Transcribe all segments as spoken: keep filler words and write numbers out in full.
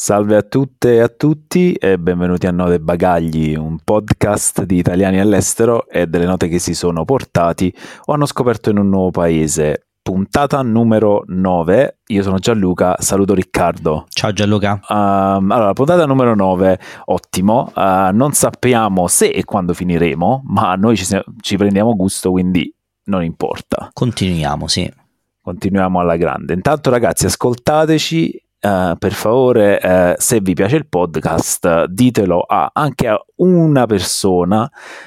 Salve a tutte e a tutti e benvenuti a Note e Bagagli, un podcast di italiani all'estero e delle note che si sono portati o hanno scoperto in un nuovo paese. Puntata numero nove, io sono Gianluca, saluto Riccardo. Ciao Gianluca. Um, allora, puntata numero nove, ottimo, uh, non sappiamo se e quando finiremo, ma noi ci, ci prendiamo gusto, quindi non importa. Continuiamo, sì. Continuiamo alla grande. Intanto ragazzi, ascoltateci. Uh, per favore, uh, se vi piace il podcast, uh, ditelo a, anche a una persona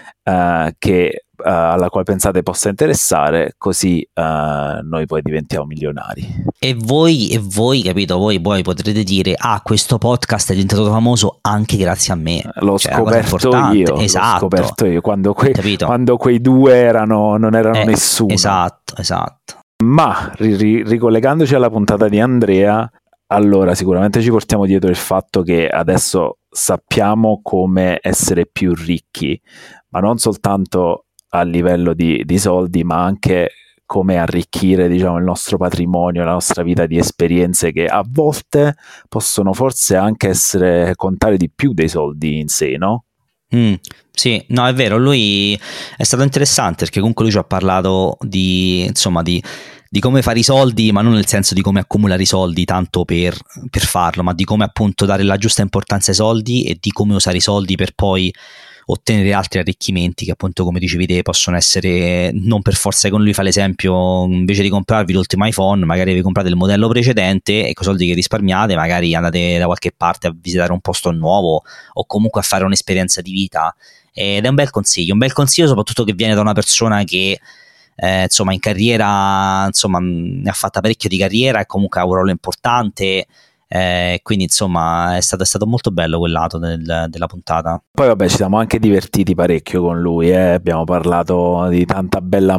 uh, che, uh, alla quale pensate possa interessare, così uh, noi poi diventiamo milionari. E voi, e voi, capito, voi poi potrete dire, ah, questo podcast è diventato famoso anche grazie a me. L'ho cioè, scoperto io, esatto. l'ho scoperto io, quando, que- quando quei due erano, non erano eh, nessuno. Esatto, esatto. Ma, ri- ri- ricollegandoci alla puntata di Andrea, allora, sicuramente ci portiamo dietro il fatto che adesso sappiamo come essere più ricchi, ma non soltanto a livello di, di soldi, ma anche come arricchire, diciamo, il nostro patrimonio, la nostra vita di esperienze che a volte possono forse anche essere contare di più dei soldi in sé, no? Mm, sì, no, è vero, lui è stato interessante perché comunque lui ci ha parlato di, insomma, di di come fare i soldi, ma non nel senso di come accumulare i soldi tanto per, per farlo, ma di come appunto dare la giusta importanza ai soldi e di come usare i soldi per poi ottenere altri arricchimenti che appunto, come dicevi te, possono essere non per forza. Con lui fa l'esempio, invece di comprarvi l'ultimo iPhone, magari vi comprate il modello precedente e con i soldi che risparmiate magari andate da qualche parte a visitare un posto nuovo o comunque a fare un'esperienza di vita. Ed è un bel consiglio, un bel consiglio soprattutto che viene da una persona che Eh, insomma in carriera insomma ne ha fatta parecchio di carriera e comunque ha un ruolo importante, eh, quindi insomma è stato, è stato molto bello quel lato del, della puntata. Poi vabbè, ci siamo anche divertiti parecchio con lui, eh? Abbiamo parlato di tanta bella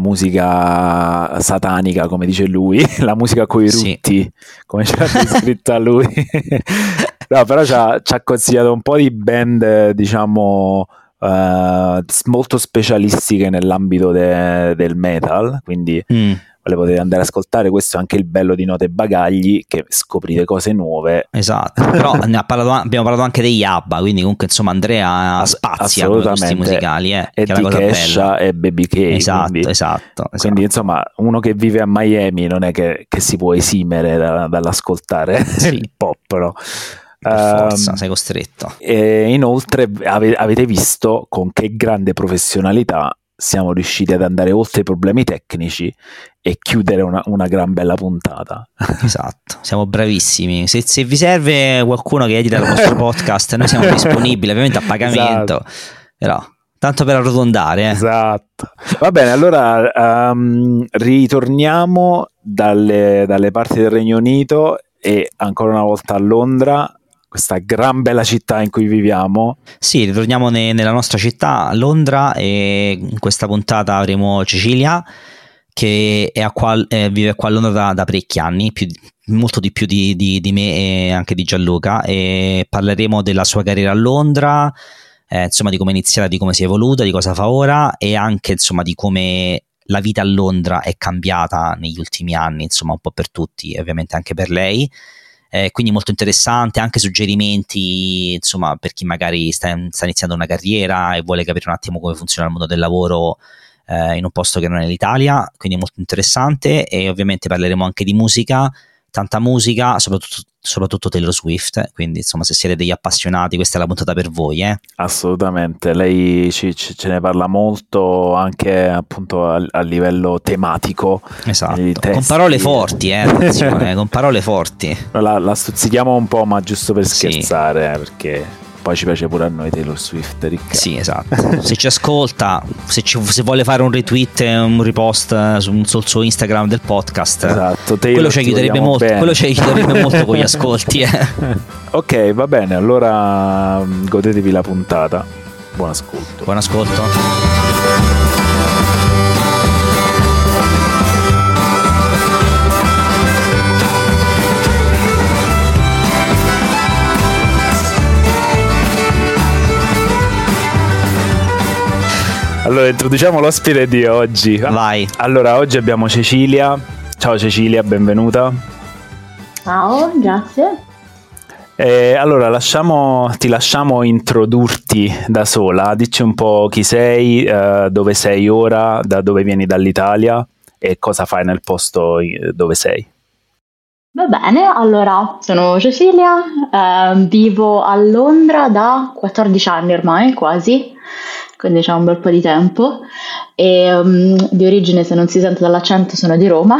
musica satanica, come dice lui, la musica coi rutti, sì, come ci ha descritto a lui. No, però ci ha, ci ha consigliato un po' di band, diciamo, Uh, molto specialistiche nell'ambito de- del metal, quindi mm. le potete andare ad ascoltare. Questo è anche il bello di Note e Bagagli, che scoprite cose nuove. Esatto, però ne ha parlato, abbiamo parlato anche degli ABBA, quindi comunque insomma Andrea As- spazia con i gusti musicali, eh, e di Kesha e Baby K, esatto, quindi, esatto, esatto. Quindi insomma uno che vive a Miami non è che, che si può esimere da, dall'ascoltare sì. il pop, no? Per forza, um, sei costretto. E inoltre ave- avete visto con che grande professionalità siamo riusciti ad andare oltre i problemi tecnici e chiudere una, una gran bella puntata. Esatto, siamo bravissimi. Se, se vi serve qualcuno che edita il vostro podcast, noi siamo disponibili, ovviamente a pagamento, esatto. Però tanto per arrotondare, eh. Esatto. Va bene, allora um, ritorniamo dalle, dalle parti del Regno Unito e ancora una volta a Londra, questa gran bella città in cui viviamo. Sì, ritorniamo ne, nella nostra città, Londra, e in questa puntata avremo Cecilia, che è a qua, eh, vive qua a Londra da, da parecchi anni, più, molto di più di, di, di me e anche di Gianluca, e parleremo della sua carriera a Londra, eh, insomma di come è iniziata, di come si è evoluta, di cosa fa ora e anche insomma di come la vita a Londra è cambiata negli ultimi anni, insomma un po' per tutti e ovviamente anche per lei. Eh, quindi molto interessante, anche suggerimenti insomma per chi magari sta, sta iniziando una carriera e vuole capire un attimo come funziona il mondo del lavoro eh, in un posto che non è l'Italia, quindi molto interessante. E ovviamente parleremo anche di musica, tanta musica, soprattutto, soprattutto Taylor Swift, quindi insomma se siete degli appassionati questa è la puntata per voi, eh? Assolutamente, lei ci, ci, ce ne parla molto anche appunto a, a livello tematico, esatto, con parole forti, eh, attenzione, con parole forti. La, la stuzzichiamo un po', ma giusto per scherzare, sì. Perché poi ci piace pure a noi Taylor Swift, Riccardo. Sì, esatto. Se ci ascolta, se, ci, se vuole fare un retweet e un repost sul, sul suo Instagram del podcast, esatto, quello ci aiuterebbe molto, quello ci aiuterebbe molto con gli ascolti. Eh. Ok, va bene, allora godetevi la puntata. Buon ascolto. Buon ascolto. Allora, introduciamo l'ospite di oggi. Vai. Allora, oggi abbiamo Cecilia. Ciao Cecilia, benvenuta. Ciao, grazie. Eh, allora, lasciamo, ti lasciamo introdurti da sola, dici un po' chi sei, eh, dove sei ora, da dove vieni dall'Italia e cosa fai nel posto dove sei. Va bene, allora sono Cecilia, eh, vivo a Londra da quattordici anni ormai, quasi, quindi c'è un bel po' di tempo, e um, di origine, se non si sente dall'accento, sono di Roma.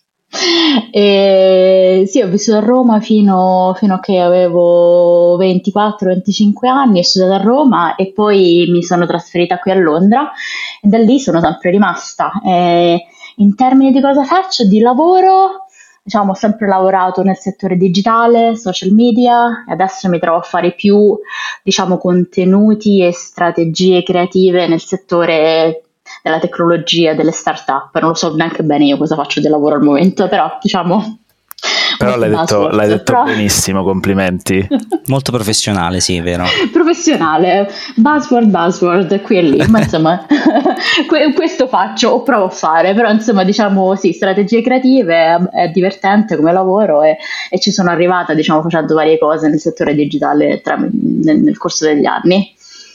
E sì, ho vissuto a Roma fino, fino a che avevo ventiquattro venticinque anni, ho studiato a Roma e poi mi sono trasferita qui a Londra e da lì sono sempre rimasta. E in termini di cosa faccio, di lavoro, diciamo, ho sempre lavorato nel settore digitale, social media e adesso mi trovo a fare più, diciamo, contenuti e strategie creative nel settore della tecnologia, delle start-up. Non lo so neanche bene io cosa faccio di lavoro al momento, però diciamo... Però l'hai detto, l'hai detto però... benissimo, complimenti. Molto professionale, sì, vero. Professionale, buzzword, buzzword, qui e lì, ma insomma questo faccio o provo a fare, però insomma diciamo sì, strategie creative, è divertente come lavoro e, e ci sono arrivata, diciamo, facendo varie cose nel settore digitale tra, nel, nel corso degli anni.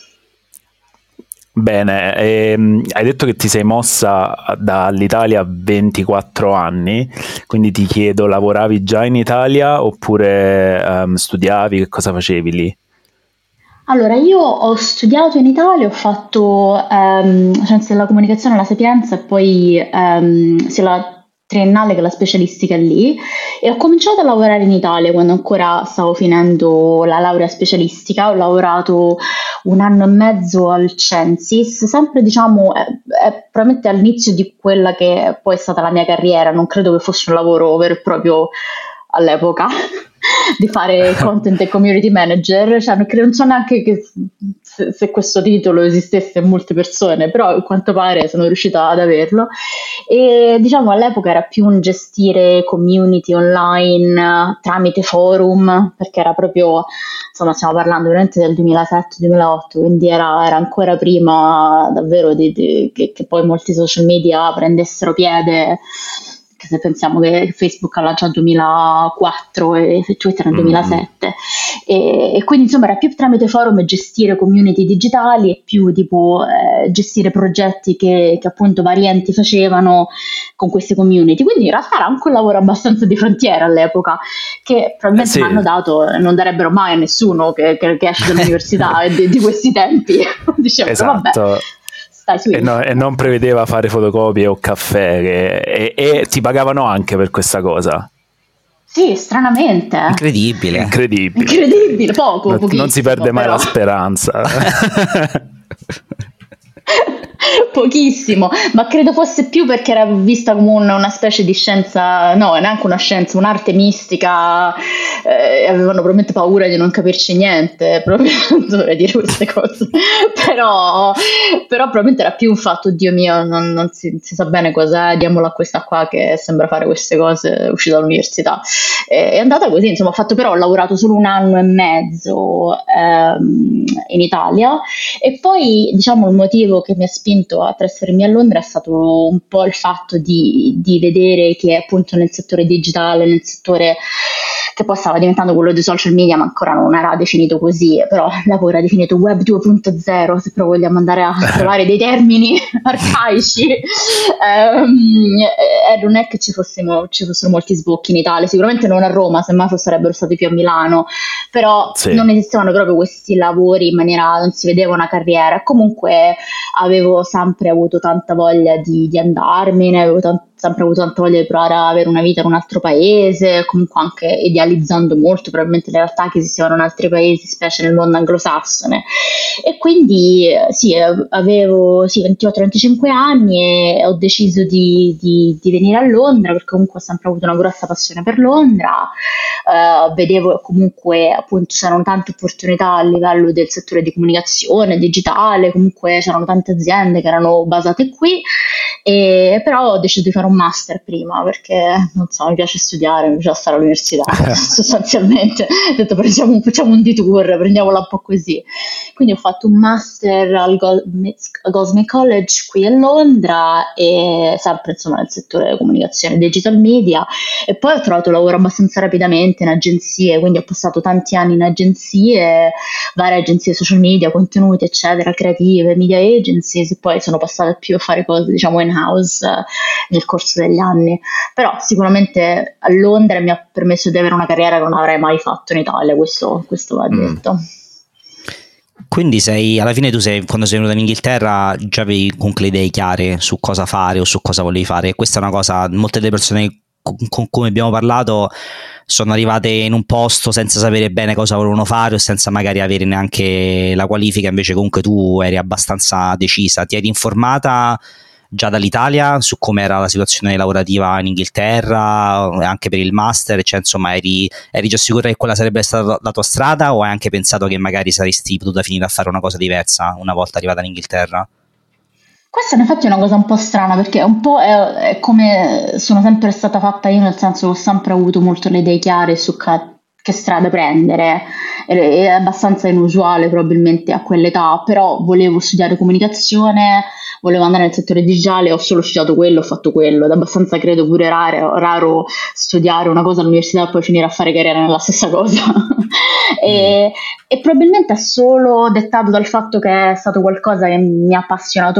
Bene, ehm, hai detto che ti sei mossa dall'Italia a ventiquattro anni, quindi ti chiedo, lavoravi già in Italia oppure um, studiavi, che cosa facevi lì? Allora, io ho studiato in Italia, ho fatto um, Scienze della Comunicazione alla Sapienza e poi um, sia la triennale che la specialistica lì e ho cominciato a lavorare in Italia quando ancora stavo finendo la laurea specialistica. Ho lavorato un anno e mezzo al Censis, sempre diciamo è, è probabilmente all'inizio di quella che poi è stata la mia carriera, non credo che fosse un lavoro vero e proprio all'epoca di fare content e community manager, cioè non, credo, non so neanche che se, se questo titolo esistesse in molte persone, però a quanto pare sono riuscita ad averlo e diciamo all'epoca era più un gestire community online tramite forum, perché era proprio, insomma stiamo parlando veramente del duemilasette duemilaotto, quindi era, era ancora prima davvero di, di, che, che poi molti social media prendessero piede. Se pensiamo che Facebook ha lanciato nel duemilaquattro e Twitter nel duemilasette mm. e, e quindi insomma era più tramite forum e gestire community digitali e più tipo eh, gestire progetti che, che appunto vari enti facevano con queste community, quindi in realtà era anche un lavoro abbastanza di frontiera all'epoca che probabilmente eh sì. mi hanno dato, non darebbero mai a nessuno che, che, che esce dall'università di, di questi tempi. Dicevo, esatto. Vabbè. E, no, e non prevedeva fare fotocopie o caffè che, e, e ti pagavano anche per questa cosa. Sì, stranamente. Incredibile. Incredibile. Incredibile, poco. Non, non si perde mai però. La speranza. Pochissimo, ma credo fosse più perché era vista come un, una specie di scienza, no, neanche una scienza, un'arte mistica, eh, avevano probabilmente paura di non capirci niente, proprio non dovrei dire queste cose, però, però probabilmente era più un fatto, Dio mio, non, non si, si sa bene cos'è, diamola a questa qua che sembra fare queste cose, uscita dall'università. E, è andata così, insomma, ho fatto però, ho lavorato solo un anno e mezzo ehm, in Italia e poi, diciamo, il motivo che mi ha spinto a trasferirmi a Londra è stato un po' il fatto di, di vedere che appunto nel settore digitale, nel settore che poi stava diventando quello dei social media, ma ancora non era definito così, però l'avevo definito web due punto zero, se però vogliamo andare a trovare dei termini arcaici, um, eh, non è che ci, fossimo, ci fossero molti sbocchi in Italia, sicuramente non a Roma, semmai sarebbero stati più a Milano, però sì. non esistevano proprio questi lavori in maniera, non si vedeva una carriera, comunque avevo sempre avuto tanta voglia di, di andarmene, avevo tanto sempre avuto tanta voglia di provare a avere una vita in un altro paese, comunque anche idealizzando molto probabilmente le realtà che esistevano in altri paesi, specie nel mondo anglosassone. E quindi sì, avevo sì, ventquattro venticinque anni e ho deciso di, di, di venire a Londra perché comunque ho sempre avuto una grossa passione per Londra, uh, vedevo comunque appunto c'erano tante opportunità a livello del settore di comunicazione, digitale, comunque c'erano tante aziende che erano basate qui, e però ho deciso di fare un un master prima, perché non so, mi piace studiare, mi piace stare all'università sostanzialmente. Ho detto facciamo, facciamo un detour, prendiamola un po' così. Quindi ho fatto un master al Goldsmith College qui a Londra, e sempre insomma nel settore comunicazione e digital media, e poi ho trovato lavoro abbastanza rapidamente in agenzie, quindi ho passato tanti anni in agenzie, varie agenzie social media, contenuti eccetera, creative, media agencies, e poi sono passata più a fare cose diciamo in house eh, nel corso degli anni. Però sicuramente a Londra mi ha permesso di avere una carriera che non avrei mai fatto in Italia, questo, questo va detto. Mm. Quindi sei, alla fine tu sei, quando sei venuta in Inghilterra già avevi comunque le idee chiare su cosa fare o su cosa volevi fare, e questa è una cosa, molte delle persone con, con cui abbiamo parlato sono arrivate in un posto senza sapere bene cosa volevano fare o senza magari avere neanche la qualifica, invece comunque tu eri abbastanza decisa. Ti eri informata già dall'Italia su come era la situazione lavorativa in Inghilterra, anche per il master, cioè insomma eri, eri già sicura che quella sarebbe stata la tua strada, o hai anche pensato che magari saresti potuta finire a fare una cosa diversa una volta arrivata in Inghilterra? Questa in effetti è una cosa un po' strana, perché un po' è, è come sono sempre stata fatta io, nel senso che ho sempre avuto molto le idee chiare su ca- che strada prendere. È, è abbastanza inusuale probabilmente a quell'età, però volevo studiare comunicazione, volevo andare nel settore digitale, ho solo studiato quello, ho fatto quello, ed è abbastanza credo pure raro, raro studiare una cosa all'università e poi finire a fare carriera nella stessa cosa. e, e probabilmente è solo dettato dal fatto che è stato qualcosa che mi ha appassionato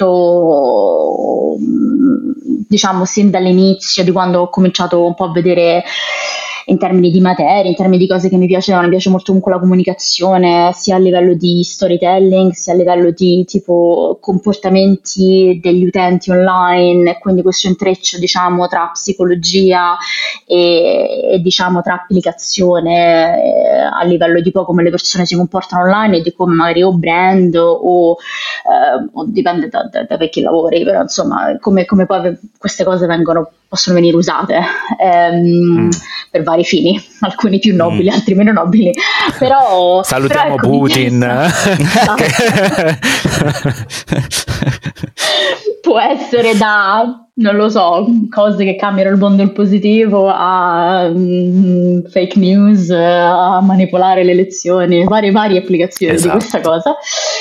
molto, diciamo sin dall'inizio, di quando ho cominciato un po' a vedere in termini di materie, in termini di cose che mi piacevano. Mi piace molto comunque la comunicazione, sia a livello di storytelling, sia a livello di tipo comportamenti degli utenti online, quindi questo intreccio diciamo tra psicologia e, e diciamo tra applicazione eh, a livello di poi come le persone si comportano online e di come magari o brand o, eh, o dipende da, da, da per chi lavori, però insomma come, come poi queste cose vengono possono venire usate ehm, mm. per vari fini, alcuni più nobili, mm. altri meno nobili, però salutiamo però, ecco, Putin. Può essere da, non lo so, cose che cambiano il mondo in positivo a um, fake news, a manipolare le elezioni, varie varie applicazioni esatto. di questa cosa.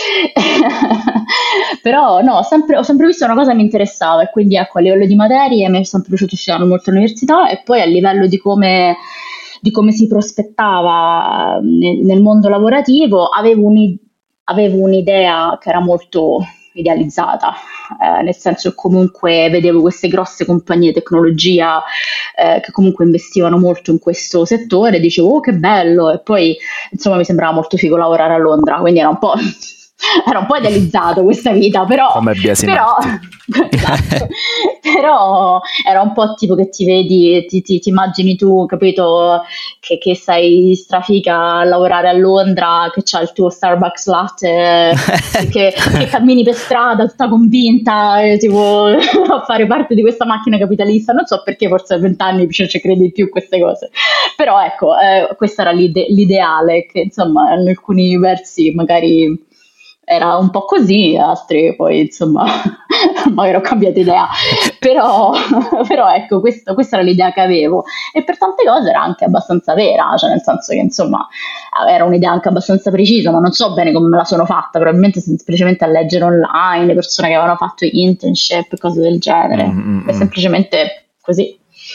Però no, sempre, ho sempre visto una cosa che mi interessava, e quindi ecco, a livello di materie mi è sempre piaciuto studiare molto all'università, e poi a livello di come, di come si prospettava nel, nel mondo lavorativo avevo, un, avevo un'idea che era molto idealizzata, eh, nel senso che comunque vedevo queste grosse compagnie di tecnologia eh, che comunque investivano molto in questo settore, e dicevo oh che bello, e poi insomma mi sembrava molto figo lavorare a Londra, quindi era un po' era un po' idealizzato questa vita, però come però, esatto, però era un po' tipo che ti vedi, ti, ti, ti immagini tu, capito, che, che sei strafica a lavorare a Londra, che c'ha il tuo Starbucks latte, che, che cammini per strada tutta convinta eh, tipo a fare parte di questa macchina capitalista. Non so perché, forse a vent'anni cioè, ci credi più queste cose, però ecco eh, questo era l'ide- l'ideale, che insomma in alcuni versi magari era un po' così, altri poi insomma magari ho cambiato idea, però, però ecco questo, questa era l'idea che avevo, e per tante cose era anche abbastanza vera, cioè nel senso che insomma era un'idea anche abbastanza precisa, ma non so bene come me la sono fatta, probabilmente semplicemente a leggere online le persone che avevano fatto internship e cose del genere, mm-hmm. è semplicemente così.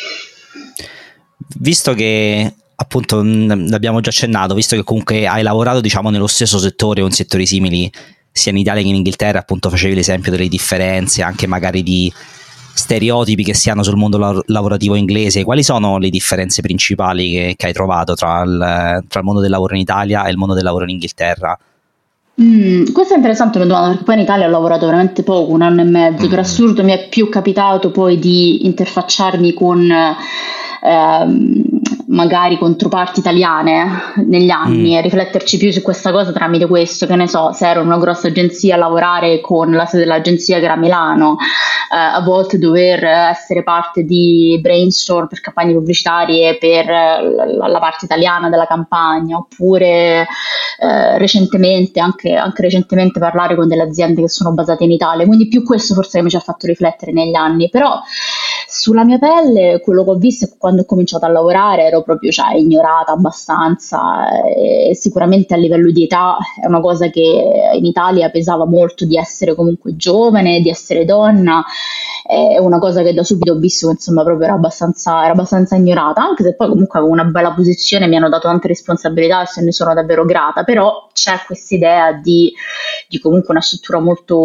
Visto che appunto l'abbiamo già accennato, visto che comunque hai lavorato diciamo nello stesso settore o in settori simili sia in Italia che in Inghilterra, appunto facevi l'esempio delle differenze anche magari di stereotipi che si hanno sul mondo la- lavorativo inglese. Quali sono le differenze principali che, che hai trovato tra il, tra il mondo del lavoro in Italia e il mondo del lavoro in Inghilterra? Mm, questa è interessante come domanda, perché poi in Italia ho lavorato veramente poco, un anno e mezzo, mm. per assurdo mi è più capitato poi di interfacciarmi con ehm, magari controparti italiane negli anni mm. e rifletterci più su questa cosa tramite questo, che ne so, se ero in una grossa agenzia a lavorare con la sede dell'agenzia che era a Milano, eh, a volte dover essere parte di brainstorm per campagne pubblicitarie per la, la parte italiana della campagna, oppure eh, recentemente anche, anche recentemente parlare con delle aziende che sono basate in Italia, quindi più questo forse che mi ci ha fatto riflettere negli anni. Però Sulla mia pelle, quello che ho visto è che quando ho cominciato a lavorare ero proprio, cioè, ignorata abbastanza, e sicuramente a livello di età è una cosa che in Italia pesava molto, di essere comunque giovane, di essere donna, è una cosa che da subito ho visto che insomma proprio era abbastanza, era abbastanza ignorata, anche se poi comunque avevo una bella posizione, mi hanno dato tante responsabilità e se ne sono davvero grata, però c'è questa idea di, di comunque una struttura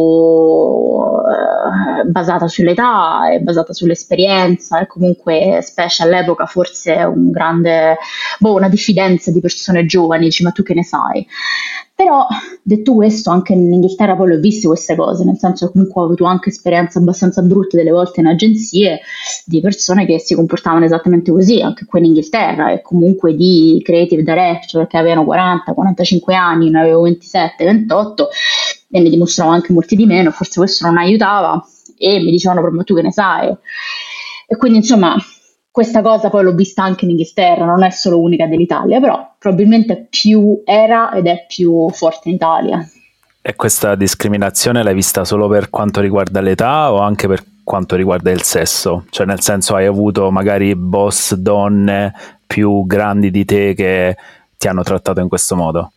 molto eh, basata sull'età e basata sull'esperienza, e comunque specie all'epoca forse un grande, boh, una diffidenza di persone giovani, dici ma tu che ne sai? Però detto questo, anche in Inghilterra poi le ho viste queste cose, nel senso che comunque ho avuto anche esperienze abbastanza brutte delle volte in agenzie di persone che si comportavano esattamente così, anche qui in Inghilterra, e comunque di creative director che avevano quaranta quarantacinque anni, ne avevo ventisette ventotto e ne dimostravano anche molti di meno, forse questo non aiutava e mi dicevano proprio tu che ne sai. E quindi insomma questa cosa poi l'ho vista anche in Inghilterra, non è solo unica dell'Italia, però probabilmente più era ed è più forte in Italia. E questa discriminazione l'hai vista solo per quanto riguarda l'età o anche per quanto riguarda il sesso? Cioè nel senso, hai avuto magari boss donne più grandi di te che ti hanno trattato in questo modo?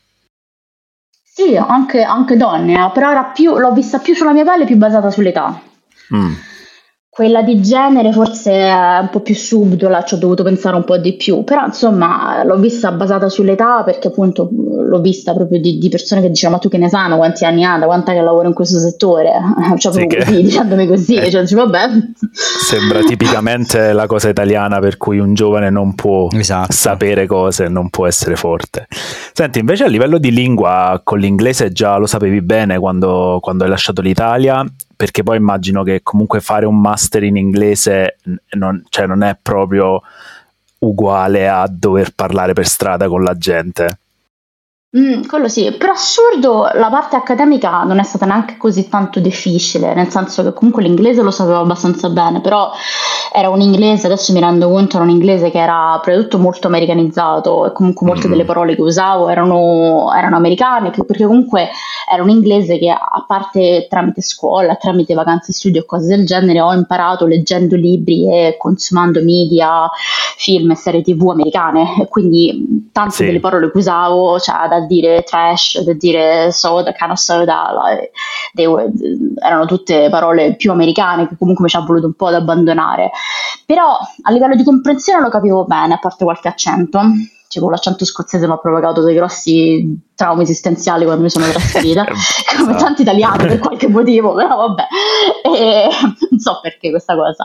Sì, anche, anche donne, eh, però era più, l'ho vista più sulla mia pelle, più basata sull'età. Mm. Quella di genere forse è un po' più subdola, ci ho dovuto pensare un po' di più, però insomma l'ho vista basata sull'età perché appunto l'ho vista proprio di, di persone che dicevano ma tu che ne sai, ma quanti anni ha, da quant'è che lavoro in questo settore, cioè proprio Sì, così, che... dicendomi così, eh, cioè dici, vabbè. Sembra tipicamente la cosa italiana per cui un giovane non può Esatto. sapere cose, non può essere forte. Senti, invece a livello di lingua, con l'inglese già lo sapevi bene quando, quando hai lasciato l'Italia, perché poi immagino che comunque fare un master in inglese non, cioè non è proprio uguale a dover parlare per strada con la gente. Mm, quello sì, per assurdo la parte accademica non è stata neanche così tanto difficile, nel senso che comunque l'inglese lo sapevo abbastanza bene, però era un inglese, adesso mi rendo conto, era un inglese che era prima di tutto molto americanizzato e comunque molte Mm. delle parole che usavo erano, erano americane, perché comunque era un inglese che a parte tramite scuola, tramite vacanze studio e cose del genere, ho imparato leggendo libri e consumando media, film e serie tv americane, e quindi tante Sì. delle parole che usavo, cioè da dire trash, da dire soda, can of soda, like, they were, erano tutte parole più americane che comunque mi ci ha voluto un po' ad abbandonare, però a livello di comprensione lo capivo bene, a parte qualche accento. Tipo l'accento scozzese mi ha provocato dei grossi traumi esistenziali quando mi sono trasferita, come tanti italiani per qualche motivo, però vabbè, e, non so perché questa cosa,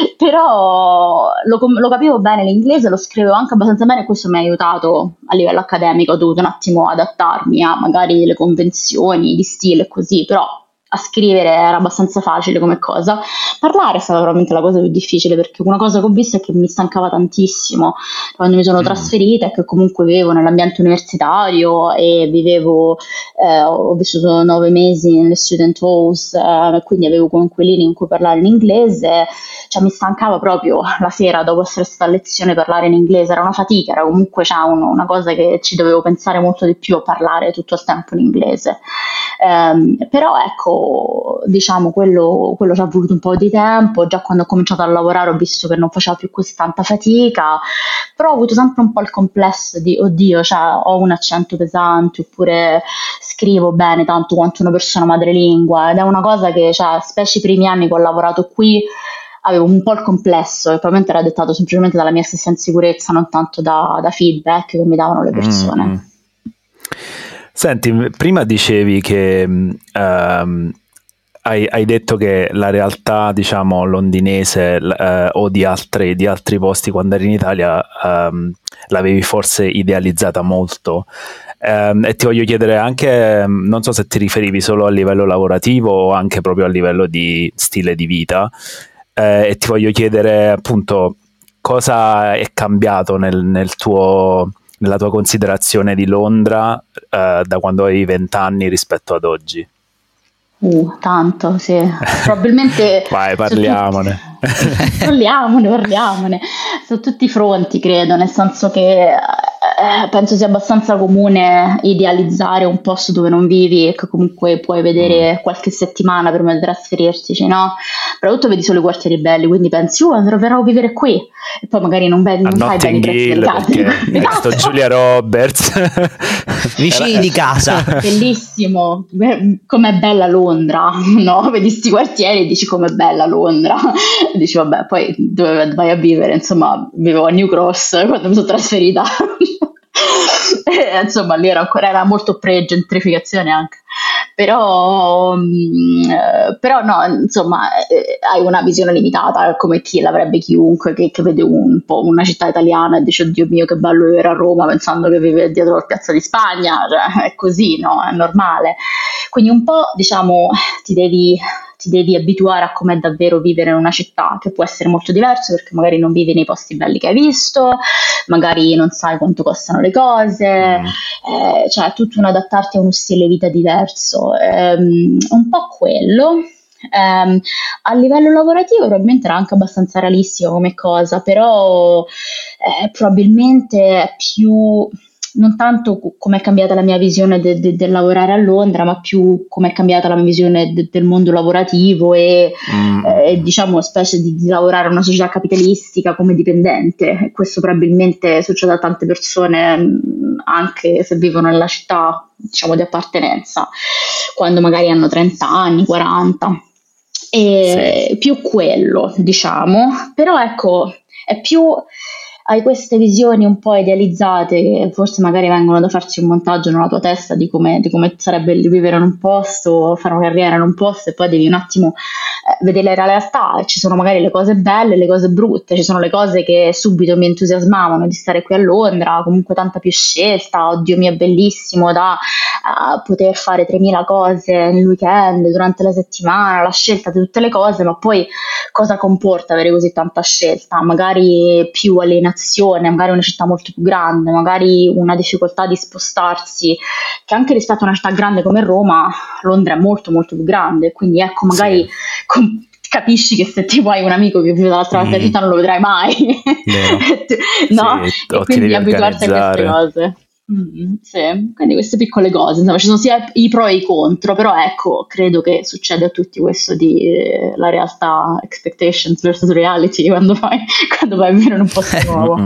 però lo, lo capivo bene l'inglese, lo scrivevo anche abbastanza bene e questo mi ha aiutato a livello accademico, ho dovuto un attimo adattarmi a magari le convenzioni di stile e così, però a scrivere era abbastanza facile come cosa. Parlare è stata veramente la cosa più difficile, perché una cosa che ho visto è che mi stancava tantissimo quando mi sono Mm. trasferita, e che comunque vivevo nell'ambiente universitario e vivevo, eh, ho vissuto nove mesi nelle student halls, eh, quindi avevo coinquilini in cui parlare in inglese, cioè mi stancava proprio la sera dopo essere stata a lezione parlare in inglese, era una fatica, era comunque cioè, un, una cosa che ci dovevo pensare molto di più a parlare tutto il tempo in inglese. Um, però ecco, diciamo, quello, quello ci ha voluto un po' di tempo. Già quando ho cominciato a lavorare ho visto che non faceva più così tanta fatica, però ho avuto sempre un po' il complesso di oddio, cioè ho un accento pesante, oppure scrivo bene tanto quanto una persona madrelingua, ed è una cosa che, cioè, specie i primi anni che ho lavorato qui, avevo un po' il complesso, e probabilmente era dettato semplicemente dalla mia stessa insicurezza, non tanto da, da feedback che mi davano le persone. Mm. Senti, prima dicevi che um, hai, hai detto che la realtà, diciamo, londinese uh, o di altri, di altri posti quando eri in Italia um, l'avevi forse idealizzata molto. Um, e ti voglio chiedere anche, non so se ti riferivi solo a livello lavorativo o anche proprio a livello di stile di vita, eh, e ti voglio chiedere appunto cosa è cambiato nel, nel tuo... nella tua considerazione di Londra uh, da quando avevi vent'anni rispetto ad oggi? Uh, tanto, sì. Probabilmente Vai, parliamone. parliamone, parliamone, su tutti i fronti credo, nel senso che eh, penso sia abbastanza comune idealizzare un posto dove non vivi e che comunque puoi vedere qualche settimana prima di trasferirti, no? Soprattutto vedi solo i quartieri belli, quindi pensi, oh, andrò verrò a vivere qui, e poi magari non, vedi, non sai bene i prezzi delle case. Esatto. Giulia Roberts vicini di casa, bellissimo, com'è bella Londra, no? Vedi sti quartieri e dici com'è bella Londra, e dici vabbè, poi dove vai a vivere? Insomma, vivevo a New Cross quando mi sono trasferita. E, insomma, lì era ancora era molto pre-gentrificazione anche, però mh, però no, insomma, eh, hai una visione limitata, come chi l'avrebbe chiunque che, che vede un po' una città italiana e dice oddio mio che bello vivere a Roma pensando che vive dietro la Piazza di Spagna, cioè, è così, no? È normale. Quindi un po', diciamo, ti devi ti devi abituare a com'è davvero vivere in una città, che può essere molto diverso perché magari non vivi nei posti belli che hai visto, magari non sai quanto costano le cose, mm. eh, cioè tutto un adattarti a uno stile vita diverso, ehm, un po' quello. Um, a livello lavorativo probabilmente era anche abbastanza realistico come cosa, però eh, probabilmente è più non tanto come è cambiata la mia visione de- de- del lavorare a Londra, ma più come è cambiata la mia visione de- del mondo lavorativo e, mm. eh, diciamo specie di, di lavorare in una società capitalistica come dipendente. E questo probabilmente succede a tante persone anche se vivono nella città, diciamo, di appartenenza, quando magari hanno trenta anni, quaranta, e sì. Più quello, diciamo, però ecco, è più hai queste visioni un po' idealizzate che forse magari vengono da farsi un montaggio nella tua testa di come, di come sarebbe vivere in un posto, fare una carriera in un posto, e poi devi un attimo eh, vedere la realtà. Ci sono magari le cose belle e le cose brutte, ci sono le cose che subito mi entusiasmavano di stare qui a Londra, comunque tanta più scelta, oddio mio è bellissimo da uh, poter fare tremila cose nel weekend, durante la settimana, la scelta di tutte le cose, ma poi cosa comporta avere così tanta scelta? Magari più alienazione, magari una città molto più grande, magari una difficoltà di spostarsi, che anche rispetto a una città grande come Roma, Londra è molto molto più grande, quindi ecco magari sì. com- capisci che se tipo hai un amico che vive dall'altra parte della città non lo vedrai mai, no? Sì, e quindi abituarsi a queste cose. Mm, sì, quindi queste piccole cose, insomma, ci sono sia i pro e i contro, però ecco, credo che succede a tutti questo di eh, la realtà, expectations versus reality, quando vai, quando vai a vivere in un posto nuovo.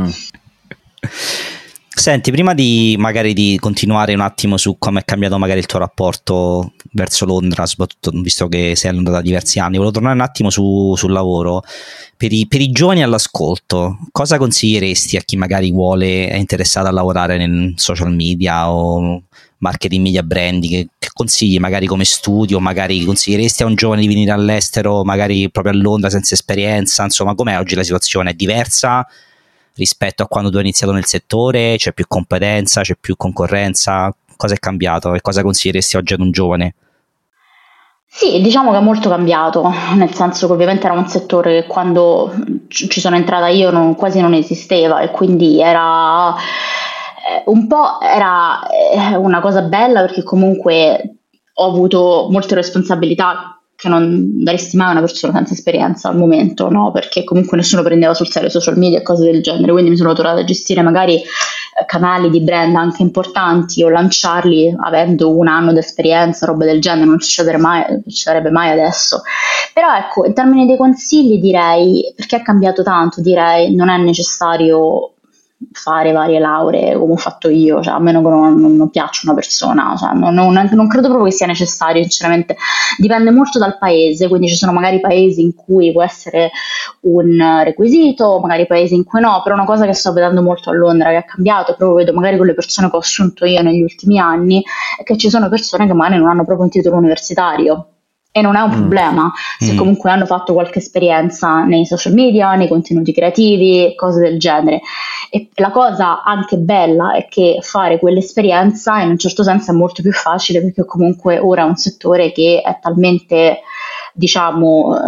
Senti, prima di magari di continuare un attimo su come è cambiato magari il tuo rapporto verso Londra, soprattutto visto che sei a Londra da diversi anni, volevo tornare un attimo su, sul lavoro. Per i, per i giovani all'ascolto, cosa consiglieresti a chi magari vuole, è interessato a lavorare nel social media o marketing, media, branding? Che, che consigli magari come studio? Magari consiglieresti a un giovane di venire all'estero, magari proprio a Londra senza esperienza? Insomma, com'è oggi la situazione? È diversa rispetto a quando tu hai iniziato nel settore? C'è più competenza, c'è più concorrenza? Cosa è cambiato e cosa consiglieresti oggi ad un giovane? Sì, diciamo che è molto cambiato, nel senso che ovviamente era un settore che quando ci sono entrata io non, quasi non esisteva, e quindi era eh, un po' era eh, una cosa bella perché comunque ho avuto molte responsabilità che non daresti mai a una persona senza esperienza al momento, no? Perché comunque nessuno prendeva sul serio social media e cose del genere, quindi mi sono trovata a gestire magari canali di brand anche importanti o lanciarli avendo un anno di esperienza, roba del genere, non succederebbe mai, non succederebbe mai adesso. Però ecco, in termini dei consigli direi, perché è cambiato tanto, direi non è necessario fare varie lauree come ho fatto io, cioè a meno che non, non, non piaccia una persona, cioè, non, non, non credo proprio che sia necessario, sinceramente. Dipende molto dal paese, quindi ci sono magari paesi in cui può essere un requisito, magari paesi in cui no, però una cosa che sto vedendo molto a Londra che è cambiato, proprio vedo magari con le persone che ho assunto io negli ultimi anni, è che ci sono persone che magari non hanno proprio un titolo universitario. E non è un problema se mm. comunque hanno fatto qualche esperienza nei social media, nei contenuti creativi, cose del genere. E la cosa anche bella è che fare quell'esperienza in un certo senso è molto più facile, perché comunque ora è un settore che è talmente diciamo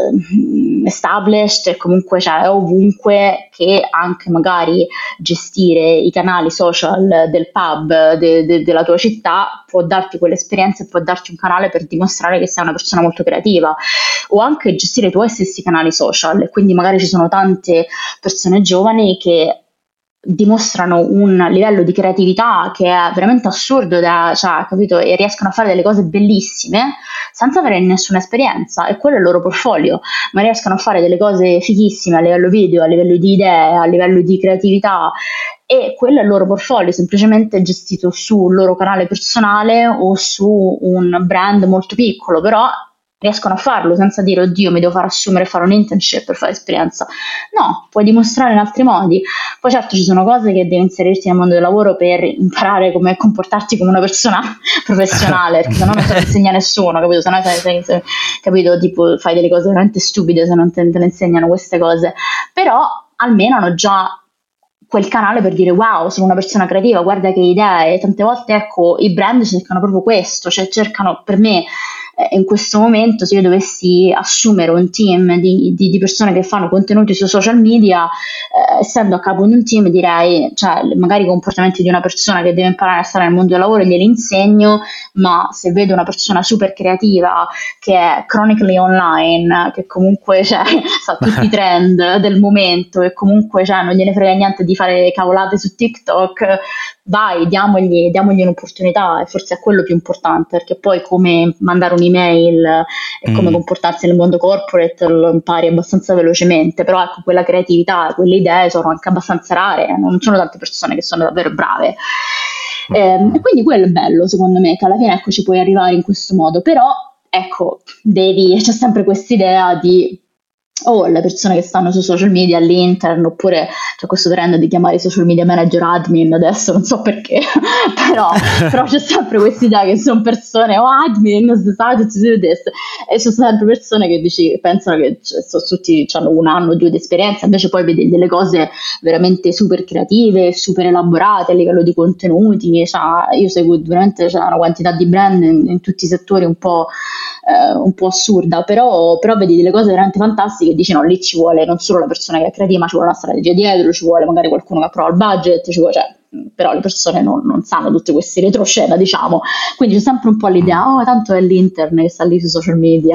eh, established e comunque c'è ovunque, che anche magari gestire i canali social del pub de, de, della tua città può darti quell'esperienza e può darti un canale per dimostrare che sei una persona molto creativa, o anche gestire i tuoi stessi canali social. Quindi magari ci sono tante persone giovani che dimostrano un livello di creatività che è veramente assurdo, da, cioè, capito? E riescono a fare delle cose bellissime senza avere nessuna esperienza, e quello è il loro portfolio, ma riescono a fare delle cose fighissime a livello video, a livello di idee, a livello di creatività, e quello è il loro portfolio, semplicemente gestito sul loro canale personale o su un brand molto piccolo, però riescono a farlo senza dire oddio mi devo far assumere e fare un internship per fare esperienza. No, puoi dimostrare in altri modi. Poi certo ci sono cose che devi inserirti nel mondo del lavoro per imparare come comportarti come una persona professionale, perché sennò non te lo insegna nessuno, capito? Sennò sei, sei, sei, capito? Tipo fai delle cose veramente stupide se non te, te ne insegnano queste cose, però almeno hanno già quel canale per dire wow, sono una persona creativa, guarda che idee. Tante volte ecco i brand cercano proprio questo, cioè cercano, per me in questo momento, se io dovessi assumere un team di, di, di persone che fanno contenuti su social media, eh, essendo a capo di un team, direi, cioè, magari i comportamenti di una persona che deve imparare a stare nel mondo del lavoro glieli insegno, ma se vedo una persona super creativa che è chronically online, che comunque cioè, sa tutti i trend del momento e comunque cioè, non gliene frega niente di fare cavolate su TikTok, vai, diamogli, diamogli un'opportunità, e forse è quello più importante, perché poi come mandare un'email e come mm. comportarsi nel mondo corporate lo impari abbastanza velocemente, però ecco, quella creatività, quelle idee sono anche abbastanza rare, non sono tante persone che sono davvero brave, e, e quindi quello è bello secondo me, che alla fine ecco ci puoi arrivare in questo modo, però ecco, devi, c'è sempre quest'idea di o le persone che stanno su social media all'intern, oppure c'è questo trend di chiamare i social media manager admin adesso, non so perché, però, però c'è sempre questa idea che sono persone o oh, admin decided to do this, e ci sono sempre persone che dici, pensano che sono tutti hanno un anno o due di esperienza, invece poi vedi delle cose veramente super creative, super elaborate a livello di contenuti, cioè, io seguo veramente c'è una quantità di brand in, in tutti i settori un po' eh, un po' assurda, però, però vedi delle cose veramente fantastiche e dici no, lì ci vuole non solo la persona che è creativa, ma ci vuole una strategia dietro, ci vuole magari qualcuno che approva il budget, ci vuole, cioè, però le persone non, non sanno tutti questi retroscena, diciamo, quindi c'è sempre un po' l'idea, oh tanto è l'intern che sta lì sui social media.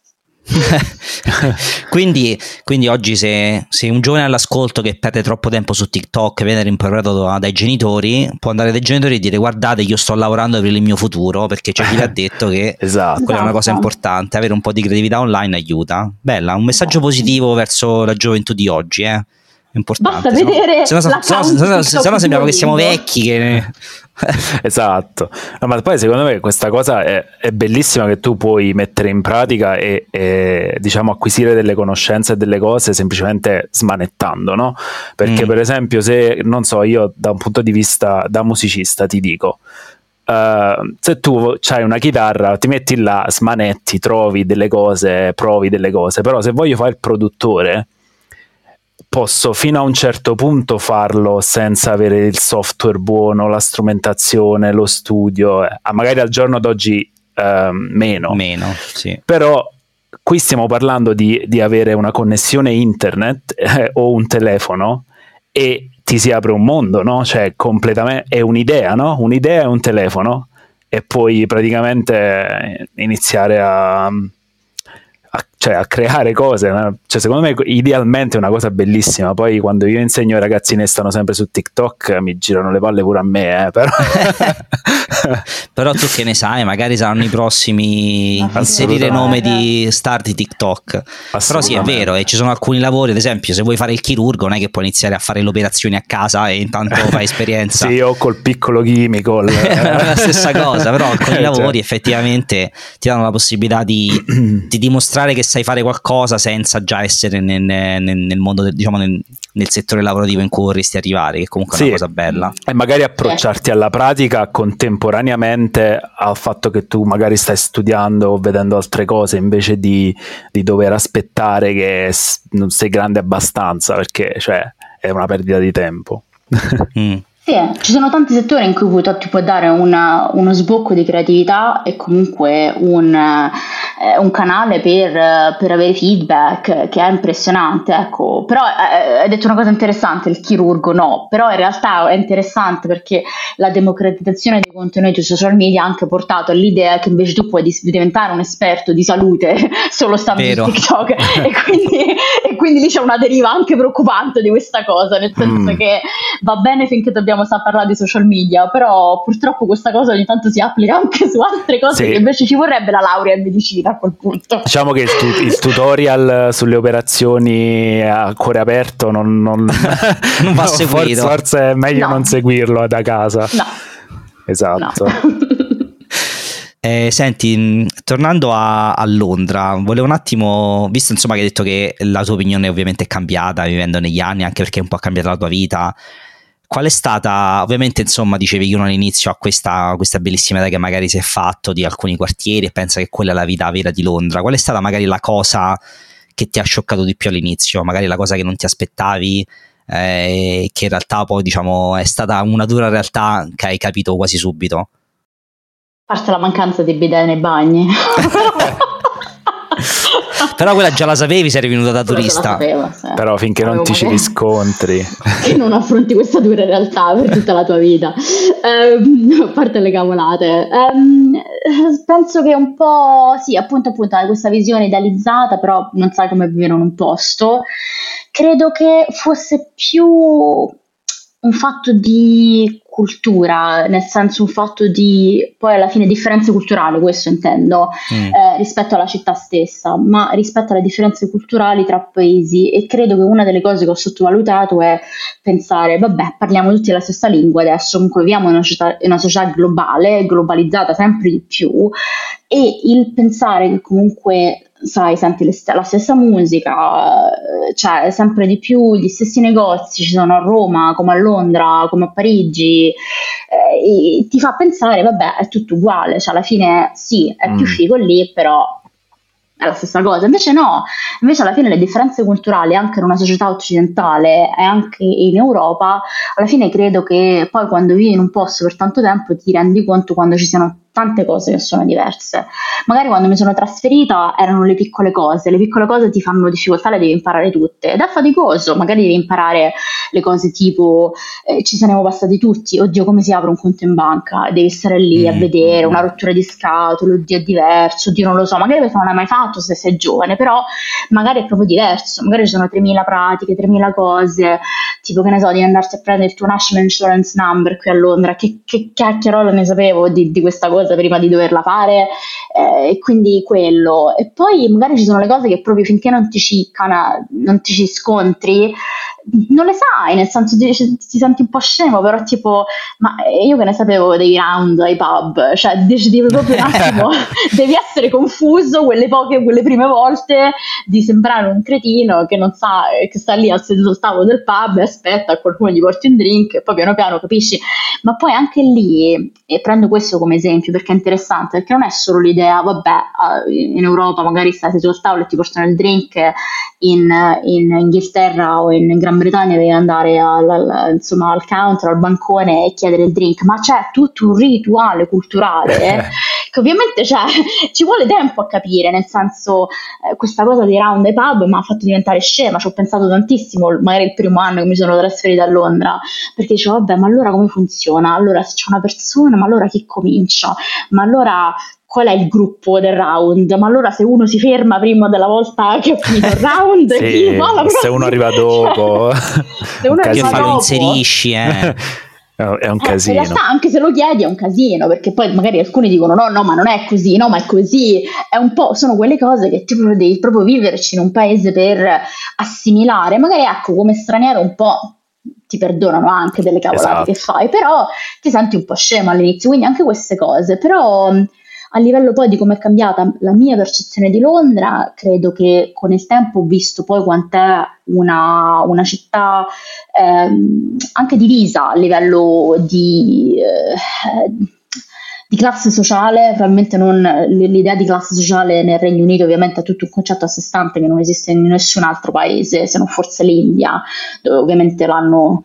quindi, quindi oggi se, se un giovane all'ascolto che perde troppo tempo su TikTok viene rimproverato da, dai genitori, può andare dai genitori e dire guardate io sto lavorando per il mio futuro, perché c'è chi l'ha detto che esatto. quella è una cosa importante, avere un po' di creatività online aiuta. Bella, un messaggio positivo verso la gioventù di oggi, eh? È importante. Basta vedere se no, se no, se no, se no sembriamo che siamo vecchi che... Esatto, no, ma poi secondo me questa cosa è, è bellissima, che tu puoi mettere in pratica e, e diciamo acquisire delle conoscenze e delle cose semplicemente smanettando, no? Perché mm. per esempio se, non so, io da un punto di vista da musicista ti dico, Uh, se tu c'hai una chitarra, ti metti là, smanetti, trovi delle cose, provi delle cose, però se voglio fare il produttore posso fino a un certo punto farlo senza avere il software buono, la strumentazione, lo studio, eh. magari al giorno d'oggi uh, meno, meno sì. Però qui stiamo parlando di, di avere una connessione internet eh, o un telefono e ti si apre un mondo, no? Cioè completamente è un'idea, no? Un'idea è un telefono e puoi praticamente iniziare a, a, cioè a creare cose, no? Cioè secondo me idealmente è una cosa bellissima. Poi quando io insegno ai ragazzini e stanno sempre su TikTok mi girano le palle pure a me, eh, però però tu che ne sai, magari saranno i prossimi inserire nome di star di TikTok. Però sì, è vero, e ci sono alcuni lavori, ad esempio se vuoi fare il chirurgo non è che puoi iniziare a fare le operazioni a casa e intanto fai esperienza. Sì, o col piccolo chimico è la stessa cosa, però alcuni eh, lavori cioè. effettivamente ti danno la possibilità di, di dimostrare che sai fare qualcosa senza già essere nel, nel, nel mondo del, diciamo nel, nel settore lavorativo in cui vorresti arrivare, che comunque sì, è una cosa bella, e magari approcciarti alla pratica contemporaneamente al fatto che tu magari stai studiando o vedendo altre cose, invece di, di dover aspettare che non sei grande abbastanza, perché cioè è una perdita di tempo. mm. Sì, ci sono tanti settori in cui ti può dare una, uno sbocco di creatività e comunque un, è un canale per, per avere feedback che è impressionante, ecco. Però eh, hai detto una cosa interessante, il chirurgo no, però in realtà è interessante perché la democratizzazione dei contenuti sui social media ha anche portato all'idea che invece tu puoi dis- diventare un esperto di salute solo stando Vero. su TikTok e, quindi, e quindi lì c'è una deriva anche preoccupante di questa cosa, nel senso mm. che va bene finché dobbiamo saper parlare di social media, però purtroppo questa cosa ogni tanto si applica anche su altre cose, sì. Che invece ci vorrebbe la laurea in medicina a quel punto. Diciamo che il, tu- il tutorial sulle operazioni a cuore aperto non, non, non va seguito. Forse, forse è meglio no. non seguirlo da casa. No. Esatto. No. Eh, senti, tornando a, a Londra, volevo un attimo, visto insomma che hai detto che la tua opinione ovviamente è cambiata vivendo negli anni, anche perché un po' ha cambiato la tua vita, qual è stata, ovviamente insomma dicevi che uno all'inizio ha questa, questa bellissima idea che magari si è fatto di alcuni quartieri e pensa che quella è la vita vera di Londra, qual è stata magari la cosa che ti ha scioccato di più all'inizio, magari la cosa che non ti aspettavi, eh, che in realtà poi diciamo è stata una dura realtà che hai capito quasi subito? A parte la mancanza di bidet nei bagni. Però quella già la sapevi se eri venuta da turista. Sapevo, sì. Però finché non ti ci riscontri che non affronti questa dura realtà per tutta la tua vita, um, a parte le cavolate, um, penso che un po' sì, appunto appunto hai questa visione idealizzata, però non sai come vivere in un posto. Credo che fosse più un fatto di cultura, nel senso un fatto di poi alla fine differenze culturali, questo intendo, mm. eh, rispetto alla città stessa, ma rispetto alle differenze culturali tra paesi, e credo che una delle cose che ho sottovalutato è pensare, vabbè, parliamo tutti la stessa lingua adesso, comunque viviamo in una società, in una società globale, globalizzata sempre di più, e il pensare che comunque sai, senti le st- la stessa musica, cioè sempre di più gli stessi negozi ci sono a Roma come a Londra come a Parigi, eh, e ti fa pensare vabbè è tutto uguale, cioè alla fine sì è mm. più figo lì, però è la stessa cosa. Invece no, invece alla fine le differenze culturali anche in una società occidentale e anche in Europa, alla fine credo che poi quando vivi in un posto per tanto tempo ti rendi conto quando ci siano tante cose che sono diverse. Magari quando mi sono trasferita erano le piccole cose, le piccole cose ti fanno difficoltà, le devi imparare tutte ed è faticoso, magari devi imparare le cose tipo eh, ci saremo passati tutti, oddio come si apre un conto in banca, devi stare lì a vedere una rottura di scatole, oddio è diverso, oddio non lo so, magari perché non l'hai mai fatto se sei giovane, però magari è proprio diverso, magari ci sono tremila pratiche, tremila cose, tipo che ne so, di andarsi a prendere il tuo National Insurance Number qui a Londra, che, che cacchierola ne sapevo di, di questa cosa prima di doverla fare, eh, e quindi quello. E poi magari ci sono le cose che proprio finché non ti ci, cana, non ti ci scontri non le sai, nel senso ti, ti senti un po' scemo, però tipo ma io che ne sapevo dei round ai pub, cioè devi proprio un attimo devi essere confuso quelle poche, quelle prime volte di sembrare un cretino che non sa, che sta lì al seduto al tavolo del pub e aspetta che qualcuno gli porti un drink e poi piano piano capisci. Ma poi anche lì, e prendo questo come esempio perché è interessante, perché non è solo l'idea vabbè in Europa magari stai seduto al tavolo e ti portano il drink, in, in Inghilterra o in Gran Bretagna devi andare al, al, insomma, al counter, al bancone e chiedere il drink, ma c'è tutto un rituale culturale eh, che ovviamente cioè, ci vuole tempo a capire, nel senso eh, questa cosa dei round ai pub mi ha fatto diventare scema, ci ho pensato tantissimo magari il primo anno che mi sono trasferita a Londra, perché dicevo vabbè ma allora come funziona, allora se c'è una persona ma allora chi comincia, ma allora qual è il gruppo del round, ma allora se uno si ferma prima della volta che ho finito il round sì, chi fa la se uno arriva dopo se uno che arriva fa lo dopo inserisci eh. è un casino. Eh, in realtà anche se lo chiedi è un casino, perché poi magari alcuni dicono no no ma non è così, no ma è così, è un po', sono quelle cose che tu devi proprio viverci in un paese per assimilare, magari ecco come straniero un po' ti perdonano anche delle cavolate esatto. che fai, però ti senti un po' scemo all'inizio, quindi anche queste cose, però a livello poi di come è cambiata la mia percezione di Londra, credo che con il tempo ho visto poi quant'è una, una città ehm, anche divisa a livello di, eh, di classe sociale, probabilmente non l'idea di classe sociale nel Regno Unito ovviamente è tutto un concetto a sé stante che non esiste in nessun altro paese, se non forse l'India, dove ovviamente l'hanno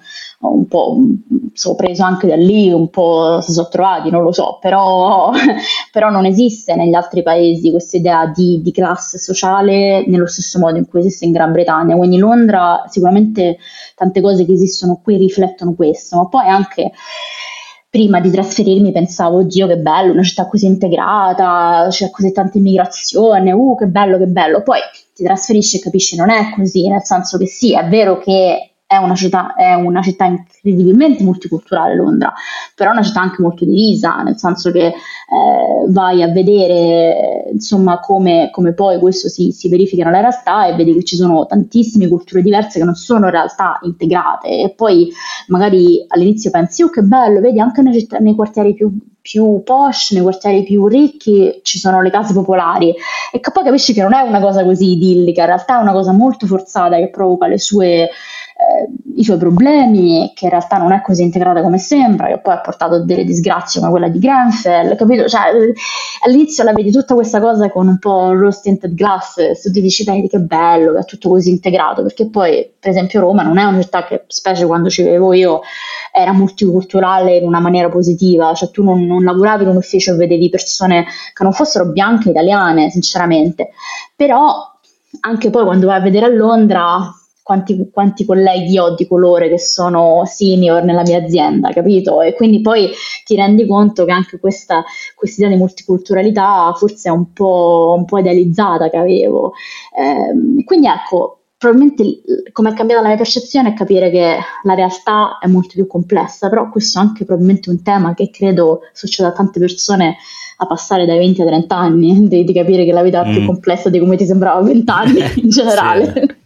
un po' sono preso anche da lì, un po' si sono trovati, non lo so, però, però non esiste negli altri paesi questa idea di, di classe sociale nello stesso modo in cui esiste in Gran Bretagna, quindi Londra sicuramente tante cose che esistono qui riflettono questo, ma poi anche prima di trasferirmi pensavo, oddio che bello, una città così integrata, c'è così tanta immigrazione, uh che bello, che bello, poi ti trasferisci e capisci non è così, nel senso che sì, è vero che è una città, è una città incredibilmente multiculturale Londra, però è una città anche molto divisa, nel senso che eh, vai a vedere insomma come, come poi questo si, si verifica nella realtà e vedi che ci sono tantissime culture diverse che non sono in realtà integrate e poi magari all'inizio pensi oh che bello, vedi anche nei, città, nei quartieri più più posh, nei quartieri più ricchi ci sono le case popolari e poi capisci che non è una cosa così idillica, in realtà è una cosa molto forzata che provoca le sue, eh, i suoi problemi, che in realtà non è così integrata come sembra, che poi ha portato a delle disgrazie come quella di Grenfell, capito? Cioè, all'inizio la vedi tutta questa cosa con un po' rose tinted glasses, tu ti dici vedi che bello, che è tutto così integrato, perché poi per esempio Roma non è una città che, specie quando ci vivevo io, era multiculturale in una maniera positiva, cioè tu non, non lavoravi in un ufficio e vedevi persone che non fossero bianche italiane, sinceramente, però anche poi quando vai a vedere a Londra quanti, quanti colleghi ho di colore che sono senior nella mia azienda, capito? E quindi poi ti rendi conto che anche questa idea di multiculturalità forse è un po', un po' idealizzata che avevo. Eh, quindi ecco, probabilmente come è cambiata la mia percezione è capire che la realtà è molto più complessa, però questo è anche probabilmente un tema che credo succeda a tante persone a passare dai venti ai trenta anni, di, di capire che la vita è mm. più complessa di come ti sembrava a venti anni in generale.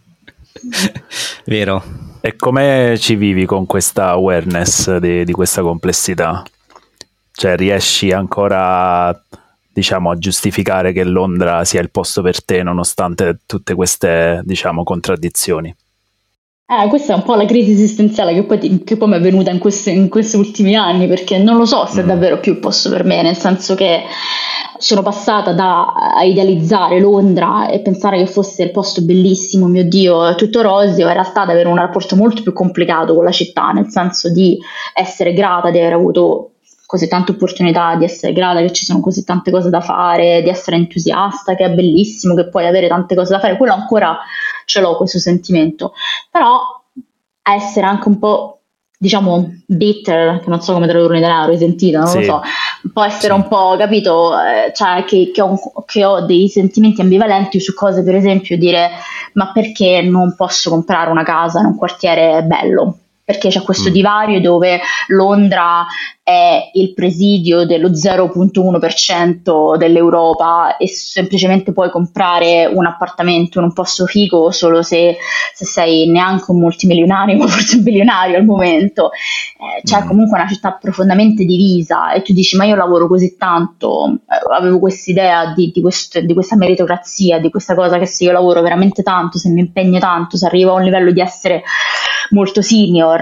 Vero. E come ci vivi con questa awareness di, di questa complessità? Cioè riesci ancora, diciamo, a giustificare che Londra sia il posto per te nonostante tutte queste, diciamo, contraddizioni? Eh, questa è un po' la crisi esistenziale che poi, ti, che poi mi è venuta in, queste, in questi ultimi anni, perché non lo so se è davvero più il posto per me, nel senso che sono passata da a idealizzare Londra e pensare che fosse il posto bellissimo, mio Dio, tutto roseo, in realtà ad avere un rapporto molto più complicato con la città, nel senso di essere grata di aver avuto così tante opportunità, di essere grata che ci sono così tante cose da fare, di essere entusiasta, che è bellissimo, che puoi avere tante cose da fare, quello ancora ce l'ho questo sentimento, però a essere anche un po', diciamo, bitter, che non so come tradurre in italiano, risentita, non sì. lo so, può essere sì. un po', capito, eh, cioè che, che, ho, che ho dei sentimenti ambivalenti su cose, per esempio dire ma perché non posso comprare una casa in un quartiere bello? Perché c'è questo mm. divario dove Londra è il presidio dello zero virgola uno per cento dell'Europa e semplicemente puoi comprare un appartamento in un posto figo solo se, se sei neanche un multimilionario, ma forse un bilionario al momento. Eh, c'è mm. comunque una città profondamente divisa e tu dici ma io lavoro così tanto, eh, avevo quest'idea di, di, questo, di questa meritocrazia, di questa cosa che se io lavoro veramente tanto, se mi impegno tanto, se arrivo a un livello di essere molto senior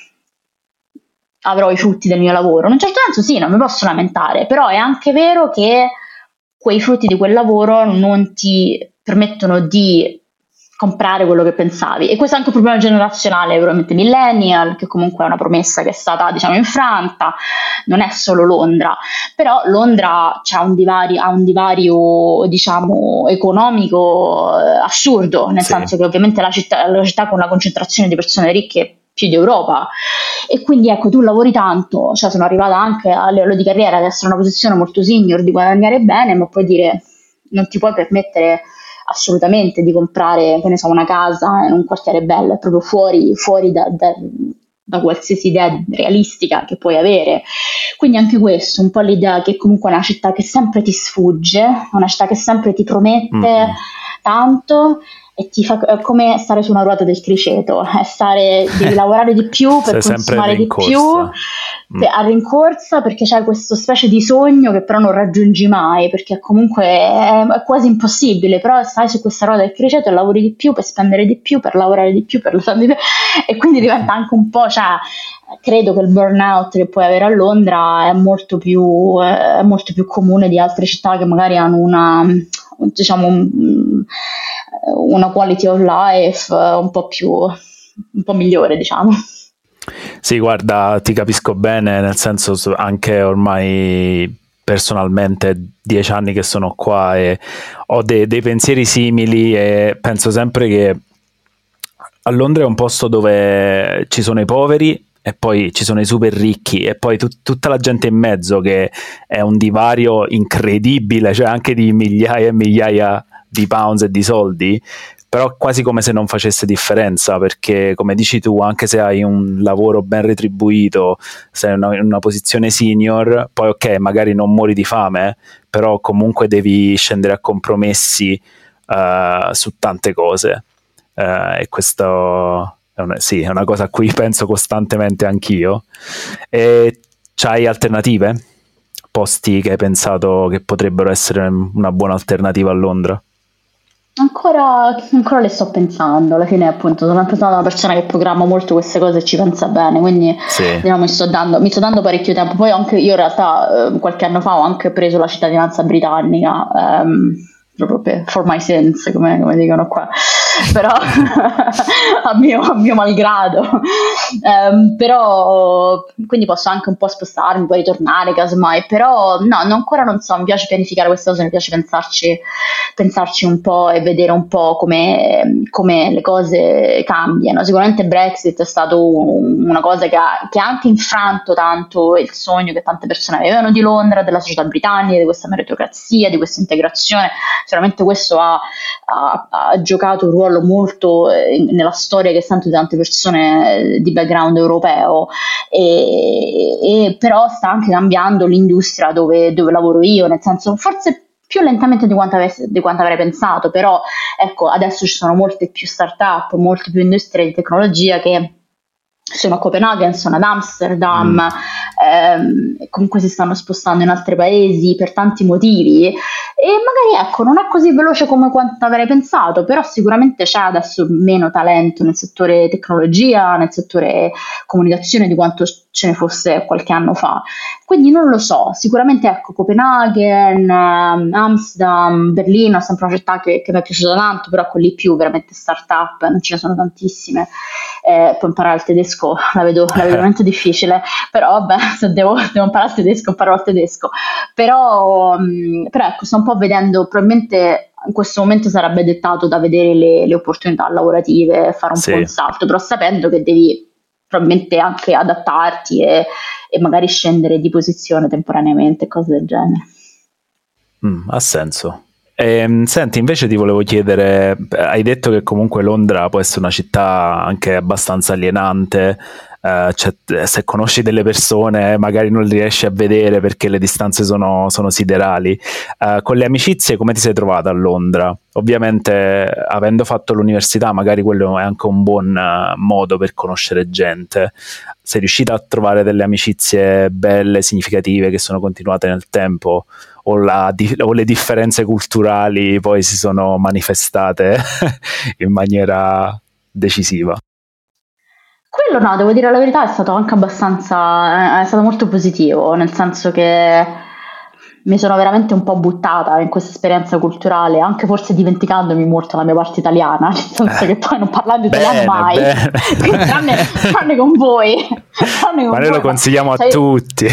avrò i frutti del mio lavoro. In un certo senso sì, non mi posso lamentare, però è anche vero che quei frutti di quel lavoro non ti permettono di comprare quello che pensavi, e questo è anche un problema generazionale, probabilmente millennial, che comunque è una promessa che è stata, diciamo, infranta. Non è solo Londra, però Londra c'ha un divario, ha un divario, diciamo, economico eh, assurdo, nel sì. senso che ovviamente la città, la città con una concentrazione di persone ricche più d'Europa, e quindi ecco, tu lavori tanto, cioè sono arrivata anche a livello di carriera ad essere in una posizione molto senior, di guadagnare bene, ma poi dire non ti puoi permettere assolutamente di comprare, che ne so, una casa in un quartiere bello, è proprio fuori, fuori da, da, da qualsiasi idea realistica che puoi avere. Quindi anche questo, un po' l'idea che comunque è una città che sempre ti sfugge, una città che sempre ti promette mm. tanto e ti fa, è come stare su una ruota del criceto, è stare, devi lavorare di più per consumare di più, mm. a rincorsa, perché c'è questo specie di sogno che però non raggiungi mai, perché comunque è, è quasi impossibile, però stai su questa ruota del criceto e lavori di più per spendere di più, per lavorare di più, per lavorare di più, e quindi diventa anche un po', cioè credo che il burnout che puoi avere a Londra è molto più, è molto più comune di altre città che magari hanno una, diciamo, una quality of life un po' più, un po' migliore, diciamo. Sì, guarda, ti capisco bene, nel senso anche ormai personalmente dieci anni che sono qua e ho de- dei pensieri simili e penso sempre che a Londra è un posto dove ci sono i poveri e poi ci sono i super ricchi e poi tut- tutta la gente in mezzo, che è un divario incredibile, cioè anche di migliaia e migliaia di pounds e di soldi, però quasi come se non facesse differenza, perché come dici tu, anche se hai un lavoro ben retribuito, sei in una, in una posizione senior, poi ok, magari non muori di fame, però comunque devi scendere a compromessi uh, su tante cose. Uh, e questo è una, sì, è una cosa a cui penso costantemente anch'io. E c'hai alternative? Posti che hai pensato che potrebbero essere una buona alternativa a Londra? Ancora, ancora le sto pensando, alla fine appunto sono sempre stata una persona che programma molto queste cose e ci pensa bene, quindi sì. diciamo, mi, sto dando, mi sto dando parecchio tempo. Poi anche io in realtà eh, qualche anno fa ho anche preso la cittadinanza britannica, ehm, proprio per, for my sins, come, come dicono qua, però a, mio, a mio malgrado, um, però quindi posso anche un po' spostarmi, poi ritornare casomai, però no, non, ancora non so, mi piace pianificare questa cosa, mi piace pensarci, pensarci un po' e vedere un po' come, come le cose cambiano. Sicuramente Brexit è stato un, una cosa che ha, che ha anche infranto tanto il sogno che tante persone avevano di Londra, della società britannica, di questa meritocrazia, di questa integrazione. Sicuramente questo ha, ha, ha giocato un ruolo molto eh, nella storia che sento di tante persone di background europeo, e, e però sta anche cambiando l'industria dove, dove lavoro io, nel senso forse più lentamente di quanto, avessi, di quanto avrei pensato, però ecco, adesso ci sono molte più start-up, molte più industrie di tecnologia che sono a Copenaghen, sono ad Amsterdam, mm. ehm, comunque si stanno spostando in altri paesi per tanti motivi, e magari ecco non è così veloce come quanto avrei pensato, però sicuramente c'è adesso meno talento nel settore tecnologia, nel settore comunicazione di quanto ce ne fosse qualche anno fa, quindi non lo so, sicuramente ecco Copenaghen, Amsterdam, Berlino è sempre una città che, che mi è piaciuta tanto, però con lì più veramente start-up, non ce ne sono tantissime. Eh, poi imparare il tedesco la vedo, la vedo veramente difficile, però vabbè, se devo, devo imparare il tedesco imparerò il tedesco, però, mh, però ecco, sto un po' vedendo, probabilmente in questo momento sarebbe dettato da vedere le, le opportunità lavorative, fare un sì. po' un salto, però sapendo che devi probabilmente anche adattarti e, e magari scendere di posizione temporaneamente, cose del genere. Mm, ha senso. E, senti, invece ti volevo chiedere, hai detto che comunque Londra può essere una città anche abbastanza alienante, eh, cioè, se conosci delle persone magari non le riesci a vedere perché le distanze sono, sono siderali. Eh, con le amicizie come ti sei trovata a Londra? Ovviamente avendo fatto l'università magari quello è anche un buon uh, modo per conoscere gente. Sei riuscita a trovare delle amicizie belle, significative, che sono continuate nel tempo? O, la, o le differenze culturali poi si sono manifestate in maniera decisiva? Quello no, devo dire la verità, è stato anche abbastanza, è stato molto positivo, nel senso che mi sono veramente un po' buttata in questa esperienza culturale, anche forse dimenticandomi molto la mia parte italiana, nel senso che poi non parlando italiano bene, mai, bene. tranne, tranne con voi. Tranne con ma noi voi, lo consigliamo ma, a cioè, tutti.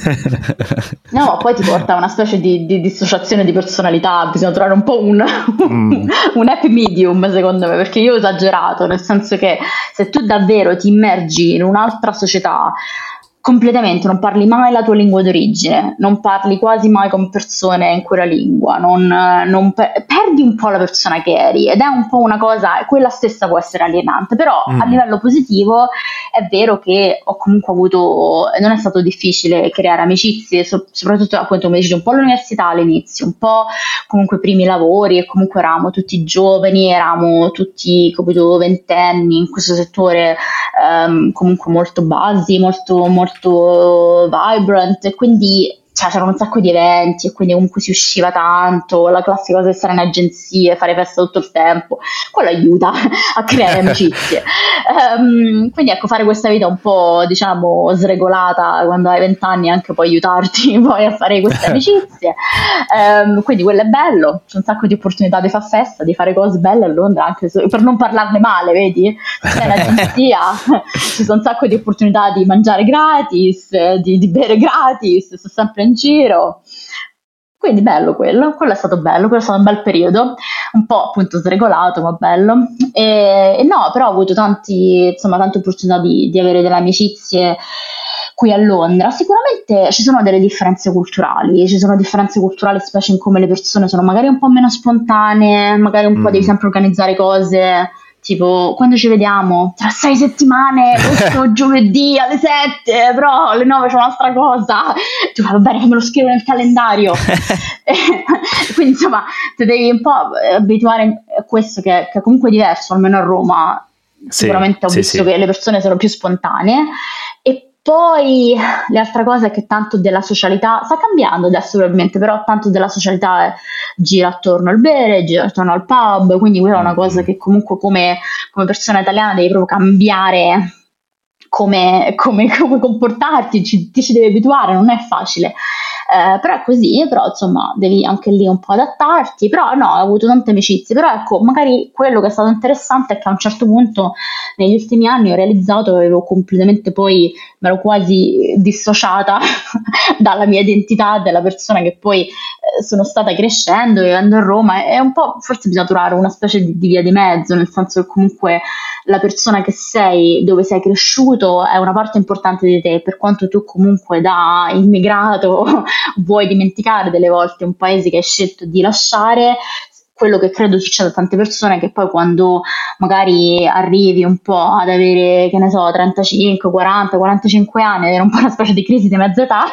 No, poi ti porta a una specie di, di dissociazione di personalità, bisogna trovare un po' un, mm. un happy medium secondo me, perché io ho esagerato, nel senso che se tu davvero ti immergi in un'altra società, completamente, non parli mai la tua lingua d'origine, non parli quasi mai con persone in quella lingua, non, non per, perdi un po' la persona che eri, ed è un po' una cosa, quella stessa può essere alienante, però mm. a livello positivo è vero che ho comunque avuto, non è stato difficile creare amicizie, so, soprattutto appunto come dici un po' all'università all'inizio, un po' comunque i primi lavori, e comunque eravamo tutti giovani, eravamo tutti capito ventenni in questo settore, um, comunque molto basi, molto molto vibrant, e quindi cioè c'erano un sacco di eventi e quindi comunque si usciva tanto, la classica cosa di stare in agenzie, fare festa tutto il tempo, quello aiuta a creare amicizie. Um, quindi ecco, fare questa vita un po' diciamo sregolata quando hai vent'anni anche può aiutarti poi a fare queste amicizie. Um, quindi quello è bello, c'è un sacco di opportunità di fare festa, di fare cose belle a Londra, anche se, per non parlarne male, vedi? C'è l'agenzia, ci sono un sacco di opportunità di mangiare gratis, di, di bere gratis, sto sempre in giro, quindi bello quello, quello è stato bello, quello è stato un bel periodo, un po' appunto sregolato ma bello, e, e no, però ho avuto tanti, insomma, tante opportunità di, di avere delle amicizie qui a Londra. Sicuramente ci sono delle differenze culturali, ci sono differenze culturali specie in come le persone sono magari un po' meno spontanee, magari un mm. po' devi sempre organizzare cose. Tipo, quando ci vediamo? Tra sei settimane, questo giovedì alle sette, però alle nove c'è un'altra cosa. Tu va bene, me lo scrivo nel calendario. Quindi, insomma, ti devi un po' abituare a questo che, che è comunque diverso, almeno a Roma. Sicuramente sì, ho visto sì, sì. che le persone sono più spontanee. E poi l'altra cosa è che tanto della socialità sta cambiando adesso probabilmente, però tanto della socialità è, gira attorno al bere, gira attorno al pub, quindi quella è una cosa che comunque come, come persona italiana devi proprio cambiare come, come, come comportarti, ci, ti ci devi abituare, non è facile. Eh, però è così, però insomma devi anche lì un po' adattarti, però no, ho avuto tante amicizie, però ecco, magari quello che è stato interessante è che a un certo punto negli ultimi anni ho realizzato che avevo completamente poi, mi ero quasi dissociata dalla mia identità, della persona che poi eh, sono stata crescendo, vivendo a Roma, e un po' forse bisogna trovare una specie di, di via di mezzo, nel senso che comunque la persona che sei, dove sei cresciuto, è una parte importante di te, per quanto tu comunque da immigrato vuoi dimenticare delle volte un paese che hai scelto di lasciare. Quello che credo succeda a tante persone è che poi quando magari arrivi un po' ad avere, che ne so, trentacinque, quaranta, quarantacinque anni, avere un po' una specie di crisi di mezza età,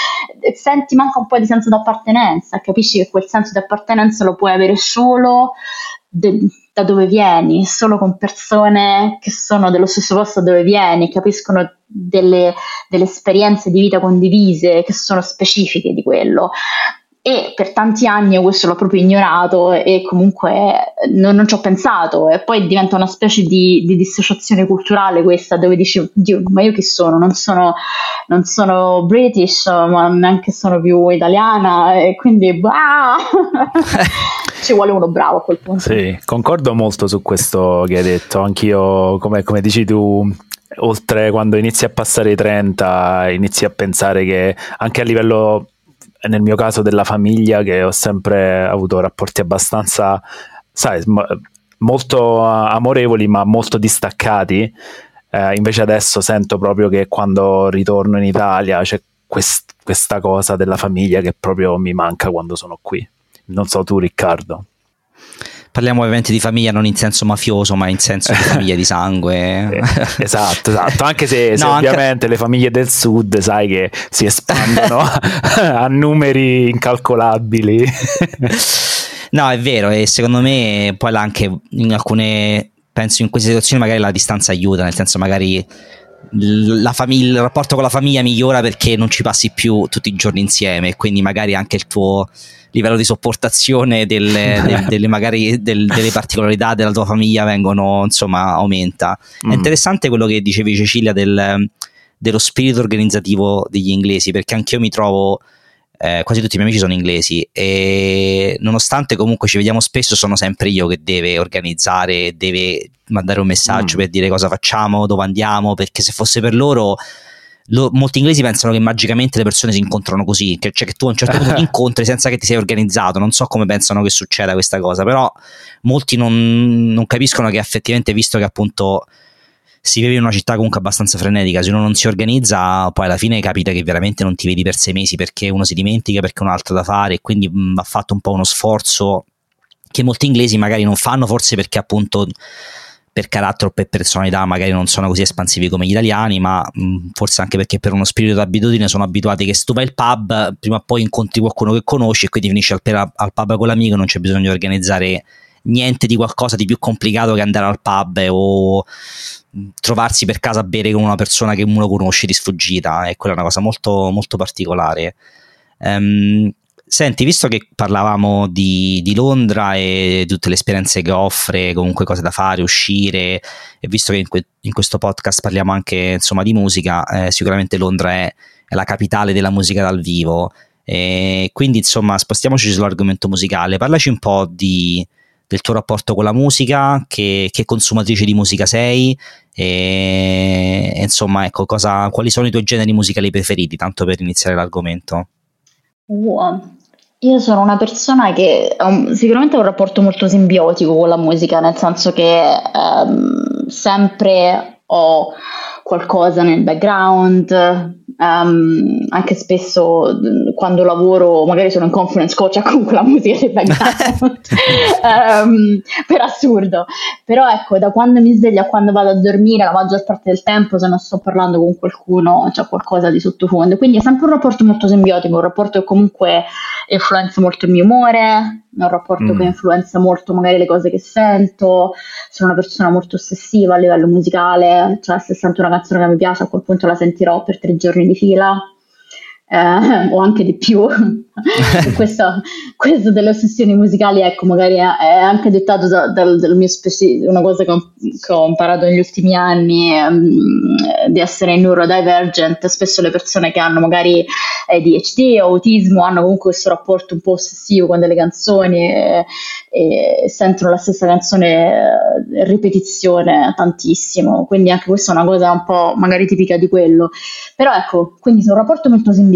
senti manca un po' di senso di appartenenza, capisci che quel senso di appartenenza lo puoi avere solo de- da dove vieni, solo con persone che sono dello stesso posto dove vieni, capiscono delle, delle esperienze di vita condivise che sono specifiche di quello. E per tanti anni io questo l'ho proprio ignorato e comunque non, non ci ho pensato, e poi diventa una specie di, di dissociazione culturale questa, dove dici, Dio, ma io chi sono? Non sono, non sono British, ma neanche sono più italiana, e quindi bah! Ci vuole uno bravo a quel punto. Sì, concordo molto su questo che hai detto, anch'io, come, come dici tu, oltre quando inizi a passare i trenta, inizi a pensare che anche a livello, nel mio caso della famiglia, che ho sempre avuto rapporti abbastanza, sai, molto amorevoli ma molto distaccati, eh, invece adesso sento proprio che quando ritorno in Italia c'è quest- questa cosa della famiglia che proprio mi manca quando sono qui. Non so tu, Riccardo. Parliamo ovviamente di famiglia non in senso mafioso, ma in senso di famiglia di sangue. Esatto, esatto. Anche se, se no, ovviamente anche... le famiglie del sud, sai che si espandono a numeri incalcolabili. No, è vero, e secondo me poi anche in alcune, penso in queste situazioni magari la distanza aiuta, nel senso magari la famiglia, il rapporto con la famiglia migliora perché non ci passi più tutti i giorni insieme, quindi magari anche il tuo livello di sopportazione delle, delle, delle magari del, delle particolarità della tua famiglia vengono, insomma, aumenta. Mm. È interessante quello che dicevi, Cecilia, del, dello spirito organizzativo degli inglesi, perché anch'io mi trovo, eh, quasi tutti i miei amici sono inglesi e nonostante comunque ci vediamo spesso, sono sempre io che deve organizzare, deve mandare un messaggio mm. per dire cosa facciamo, dove andiamo, perché se fosse per loro, lo, molti inglesi pensano che magicamente le persone si incontrano così, che, cioè che tu a un certo punto ti incontri senza che ti sei organizzato. Non so come pensano che succeda questa cosa, però molti non, non capiscono che effettivamente, visto che appunto si vive in una città comunque abbastanza frenetica, se uno non si organizza poi alla fine capita che veramente non ti vedi per sei mesi perché uno si dimentica, perché un altro da fare, e quindi mh, va fatto un po' uno sforzo che molti inglesi magari non fanno, forse perché appunto per carattere o per personalità magari non sono così espansivi come gli italiani, ma mh, forse anche perché per uno spirito d'abitudine sono abituati che se tu vai al pub prima o poi incontri qualcuno che conosci e quindi finisci al, al pub con l'amico, non c'è bisogno di organizzare niente di qualcosa di più complicato che andare al pub o trovarsi per casa a bere con una persona che uno conosce di sfuggita, e quella è una cosa molto molto particolare. Um, senti, visto che parlavamo di, di Londra e di tutte le esperienze che offre, comunque cose da fare, uscire, e visto che in, que- in questo podcast parliamo anche insomma di musica, eh, sicuramente Londra è, è la capitale della musica dal vivo, e quindi insomma spostiamoci sull'argomento musicale. Parlaci un po' di, del tuo rapporto con la musica, che, che consumatrice di musica sei, e, e insomma ecco, cosa, quali sono i tuoi generi musicali preferiti, tanto per iniziare l'argomento. Wow. Io sono una persona che ha un- sicuramente ha un rapporto molto simbiotico con la musica, nel senso che ehm, sempre ho qualcosa nel background, ehm, anche spesso mh, quando lavoro, magari sono in conference call, c'è comunque la musica nel background, Ehm, per assurdo. Però ecco, da quando mi sveglio a quando vado a dormire, la maggior parte del tempo, se non sto parlando con qualcuno, c'è qualcosa di sottofondo. Quindi è sempre un rapporto molto simbiotico, un rapporto che comunque influenza molto il mio umore, è un rapporto Mm. che influenza molto magari le cose che sento. Sono una persona molto ossessiva a livello musicale, cioè se sento una canzone che mi piace a quel punto la sentirò per tre giorni di fila. Eh, o anche di più. questo, questo delle ossessioni musicali, ecco, magari è, è anche dettato da, dal, dal mio speci- una cosa che ho, che ho imparato negli ultimi anni, ehm, di essere neurodivergent. Spesso le persone che hanno magari A D H D o autismo hanno comunque questo rapporto un po' ossessivo con delle canzoni, e, e sentono la stessa canzone eh, ripetizione tantissimo, quindi anche questa è una cosa un po' magari tipica di quello. Però ecco, quindi è un rapporto molto simbiotico.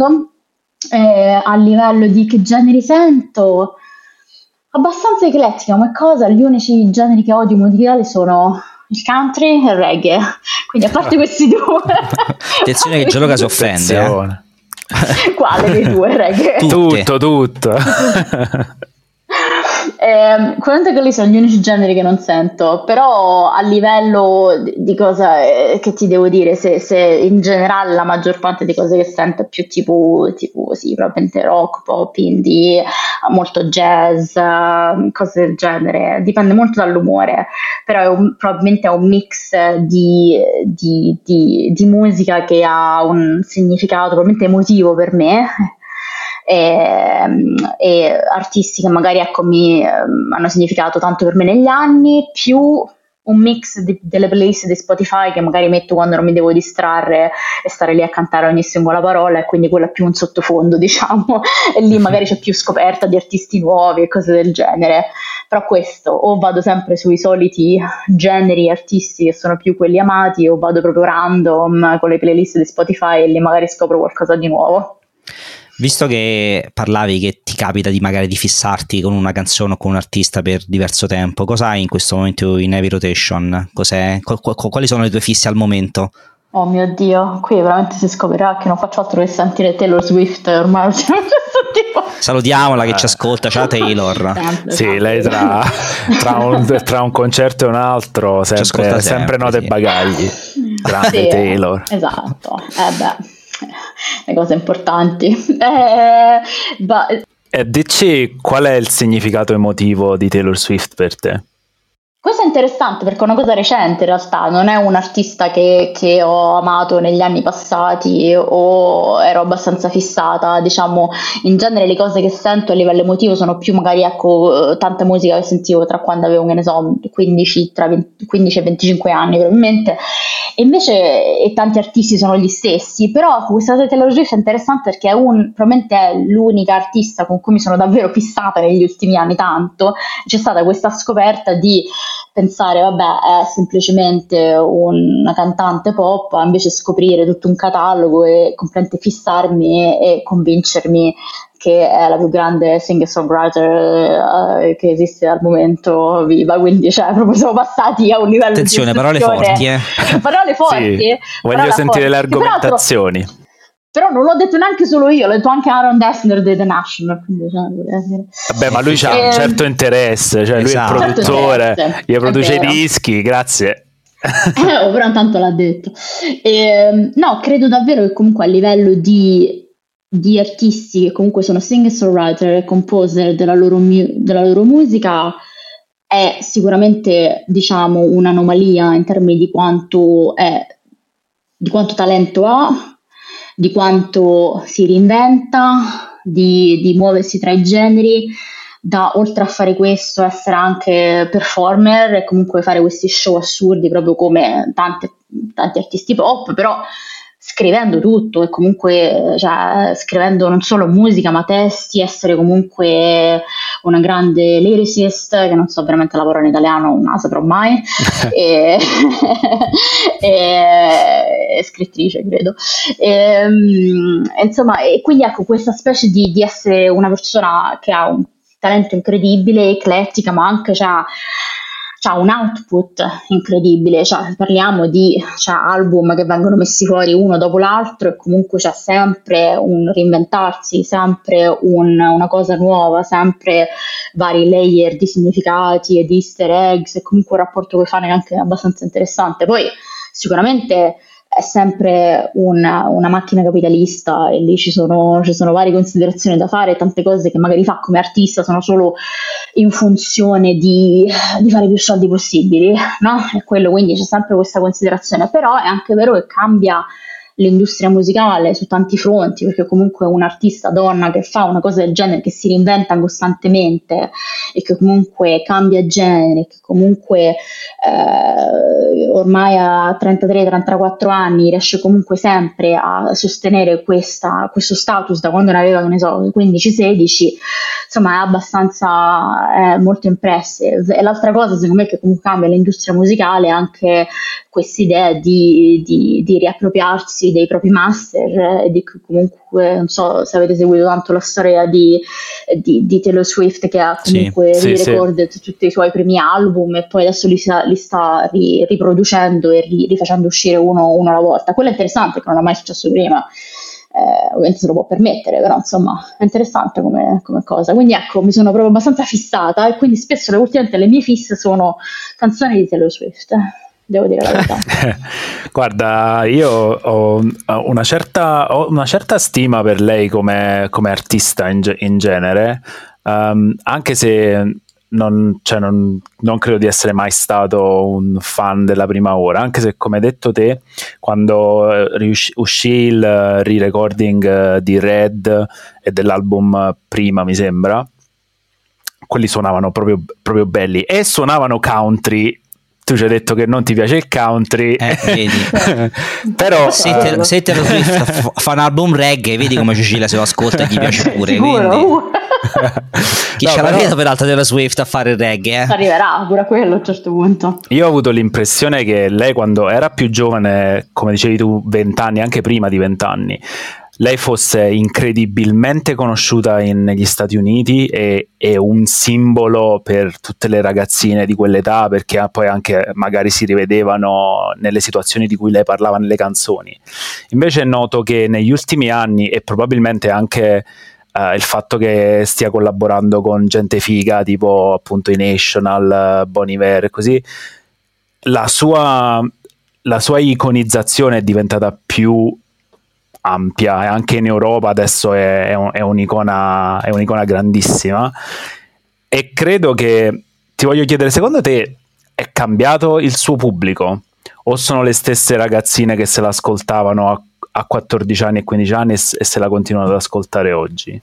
Eh, a livello di che generi sento, abbastanza eclettica come cosa. Gli unici generi che odio musicali sono il country e il reggae, quindi a parte questi due. Attenzione che Gianluca si offende, eh. Attenzione. Quale dei due, reggae? Tutte. Tutto, tutto. Eh, quello che lì sono gli unici generi che non sento, però a livello di, di cosa eh, che ti devo dire, se, se in generale la maggior parte di cose che sento è più tipo, tipo sì, probabilmente rock, pop, indie, molto jazz, eh, cose del genere, dipende molto dall'umore, però è un, probabilmente è un mix di, di, di, di musica che ha un significato probabilmente emotivo per me. E, e artisti che magari ecco, mi ehm, hanno significato tanto per me negli anni, più un mix di, delle playlist di Spotify che magari metto quando non mi devo distrarre e stare lì a cantare ogni singola parola, e quindi quello è più un sottofondo, diciamo, e lì magari c'è più scoperta di artisti nuovi e cose del genere. Però questo, o vado sempre sui soliti generi artisti che sono più quelli amati, o vado proprio random con le playlist di Spotify e lì magari scopro qualcosa di nuovo. Visto che parlavi che ti capita di magari di fissarti con una canzone o con un artista per diverso tempo, cosa hai in questo momento in heavy rotation? Cos'è? Qu- qu- quali sono le tue fisse al momento? Oh mio Dio, qui veramente si scoprirà che non faccio altro che sentire Taylor Swift ormai. Tipo... Salutiamola che ci ascolta, ciao Taylor. Sempre, Sì, sempre. lei tra, tra, un, tra un concerto e un altro sempre, ascolta sempre, sempre, note sì. e bagagli. Grande Sì, Taylor. esatto, eh beh, le cose importanti. Eh, ba- E dici qual è il significato emotivo di Taylor Swift per te? Questo è interessante perché è una cosa recente in realtà, non è un artista che, che ho amato negli anni passati o ero abbastanza fissata, diciamo. In genere le cose che sento a livello emotivo sono più magari ecco tanta musica che sentivo tra quando avevo, che ne so, quindici, tra venti, quindici e venticinque anni probabilmente, e invece e tanti artisti sono gli stessi. Però questa cosa di Taylor Swift è interessante perché è un, probabilmente è l'unica artista con cui mi sono davvero fissata negli ultimi anni tanto. C'è stata questa scoperta di pensare vabbè è semplicemente una cantante pop, invece scoprire tutto un catalogo e completamente fissarmi e, e convincermi che è la più grande singer-songwriter uh, che esiste al momento viva, quindi cioè proprio siamo passati a un livello Attenzione, di parole forti, eh. parole forti, Sì, voglio parole sentire forti. le argomentazioni. Peraltro, però non l'ho detto neanche solo io, l'ho detto anche Aaron Dessner di The National. Quindi, cioè, Vabbè, ma lui c'ha Eh, un certo interesse, cioè esatto. lui è il produttore, Certo interesse, gli è produce i vero. dischi, grazie. Eh, però intanto l'ha detto. E, no, credo davvero che comunque a livello di, di artisti che comunque sono singer-songwriter e composer della loro, mu- della loro musica è sicuramente, diciamo, un'anomalia in termini di quanto è, di quanto talento ha. di quanto si reinventa, di, di muoversi tra i generi, da oltre a fare questo essere anche performer e comunque fare questi show assurdi proprio come tante, tanti artisti pop, però scrivendo tutto e comunque cioè, scrivendo non solo musica ma testi, essere comunque una grande lyricist, che non so veramente lavorare in italiano, non la saprò mai, e, e, e scrittrice credo, e, insomma, e quindi ecco questa specie di, di essere una persona che ha un talento incredibile, eclettica, ma anche c'ha c'ha un output incredibile, cioè, parliamo di cioè, album che vengono messi fuori uno dopo l'altro e comunque c'è sempre un reinventarsi, sempre un, una cosa nuova, sempre vari layer di significati e di easter eggs e comunque un rapporto con i fan è anche abbastanza interessante. Poi sicuramente è sempre una, una macchina capitalista e lì ci sono, ci sono varie considerazioni da fare, tante cose che magari fa come artista sono solo in funzione di, di fare più soldi possibili, no? E quello, quindi c'è sempre questa considerazione, però è anche vero che cambia l'industria musicale su tanti fronti, perché comunque un'artista donna che fa una cosa del genere, che si reinventa costantemente e che comunque cambia genere, che comunque eh, ormai a trentatré trentaquattro anni riesce comunque sempre a sostenere questa, questo status da quando ne aveva, non ne so, quindici sedici, insomma è abbastanza è molto impressive. E l'altra cosa secondo me che comunque cambia l'industria musicale è anche questa idea di, di, di riappropriarsi dei propri master e di comunque non so se avete seguito tanto la storia di, di, di Taylor Swift, che ha comunque sì, re-recorded sì, sì. tutti i suoi primi album e poi adesso li sta, li sta ri, riproducendo e ri, rifacendo uscire uno, uno alla volta. Quello è interessante, che non è mai successo prima. Eh, ovviamente se lo può permettere, però insomma è interessante come, come cosa. Quindi ecco, mi sono proprio abbastanza fissata e quindi spesso le ultimamente le mie fisse sono canzoni di Taylor Swift, devo dire la verità. Guarda, io ho una certa, ho una certa stima per lei come, come artista in, in genere, um, anche se non, cioè non, non credo di essere mai stato un fan della prima ora, anche se come hai detto te, quando uscì il re-recording di Red e dell'album prima mi sembra, quelli suonavano proprio, proprio belli e suonavano country. Tu ci hai detto che non ti piace il country, eh, vedi. Però se te, uh, se te lo Swift fa un album reggae, vedi come Cecilia se lo ascolta e gli piace pure. Sicuro. Quindi chi no, ce però... la vede peraltro della Swift a fare il reggae, eh? Arriverà pure a quello a un certo punto. Io ho avuto l'impressione che lei quando era più giovane, come dicevi tu, vent'anni, anche prima di vent'anni, lei fosse incredibilmente conosciuta in, negli Stati Uniti e, e un simbolo per tutte le ragazzine di quell'età, perché poi anche magari si rivedevano nelle situazioni di cui lei parlava nelle canzoni. Invece noto che negli ultimi anni, e probabilmente anche uh, il fatto che stia collaborando con gente figa tipo appunto i National, uh, Bon Iver e così, la sua, la sua iconizzazione è diventata più ampia e anche in Europa adesso è, è, un, è un'icona è un'icona grandissima e credo che ti voglio chiedere, secondo te è cambiato il suo pubblico o sono le stesse ragazzine che se l'ascoltavano a, a quattordici anni e quindici anni e, e se la continuano ad ascoltare oggi?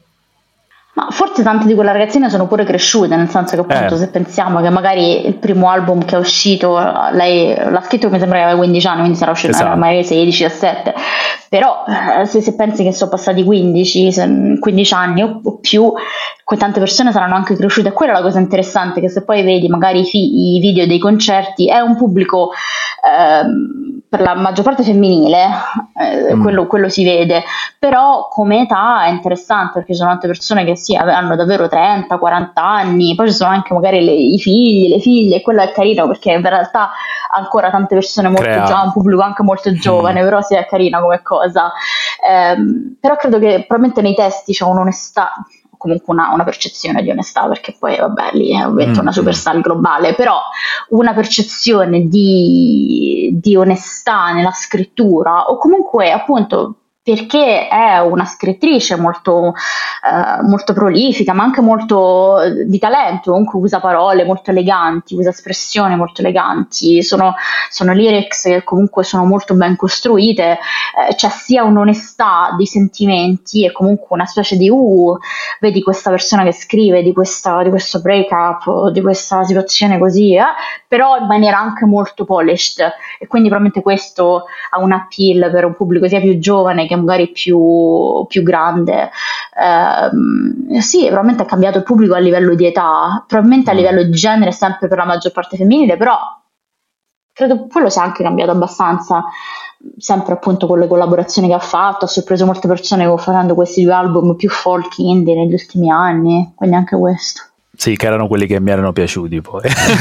Ma forse tante di quelle ragazzine sono pure cresciute, nel senso che appunto eh. se pensiamo che magari il primo album che è uscito, lei l'ha scritto mi sembra che aveva quindici anni, quindi sarà uscito esatto. magari sedici diciassette, però se, se pensi che sono passati quindici, quindici anni o, o più, tante persone saranno anche cresciute. E quella è la cosa interessante, che se poi vedi magari i, fi- i video dei concerti è un pubblico eh, per la maggior parte femminile, eh, mm. quello, quello si vede, però come età è interessante perché ci sono tante persone che sì, hanno davvero trenta quaranta anni, poi ci sono anche magari le, i figli, le figlie, e quello è carino perché in realtà ancora tante persone molto giovani, un pubblico anche molto giovane, mm. però sì, è carina come cosa. Eh, però credo che probabilmente nei testi c'è un'onestà, comunque una, una percezione di onestà, perché poi vabbè lì è ovviamente mm. una superstar globale, però una percezione di, di onestà nella scrittura, o comunque appunto perché è una scrittrice molto, eh, molto prolifica, ma anche molto di talento, comunque usa parole molto eleganti, usa espressioni molto eleganti, sono, sono lyrics che comunque sono molto ben costruite, eh, c'è sia un'onestà di sentimenti e comunque una specie di uh, vedi questa persona che scrive di, questa, di questo breakup, di questa situazione così, eh, però in maniera anche molto polished, e quindi probabilmente questo ha un appeal per un pubblico sia più giovane che magari più, più grande. Eh, sì, probabilmente ha cambiato il pubblico a livello di età, probabilmente a livello di genere sempre per la maggior parte femminile, però credo quello sia anche cambiato abbastanza, sempre appunto con le collaborazioni che ha fatto. Ha sorpreso molte persone facendo questi due album più folk indie negli ultimi anni, quindi anche questo. Sì, che erano quelli che mi erano piaciuti poi.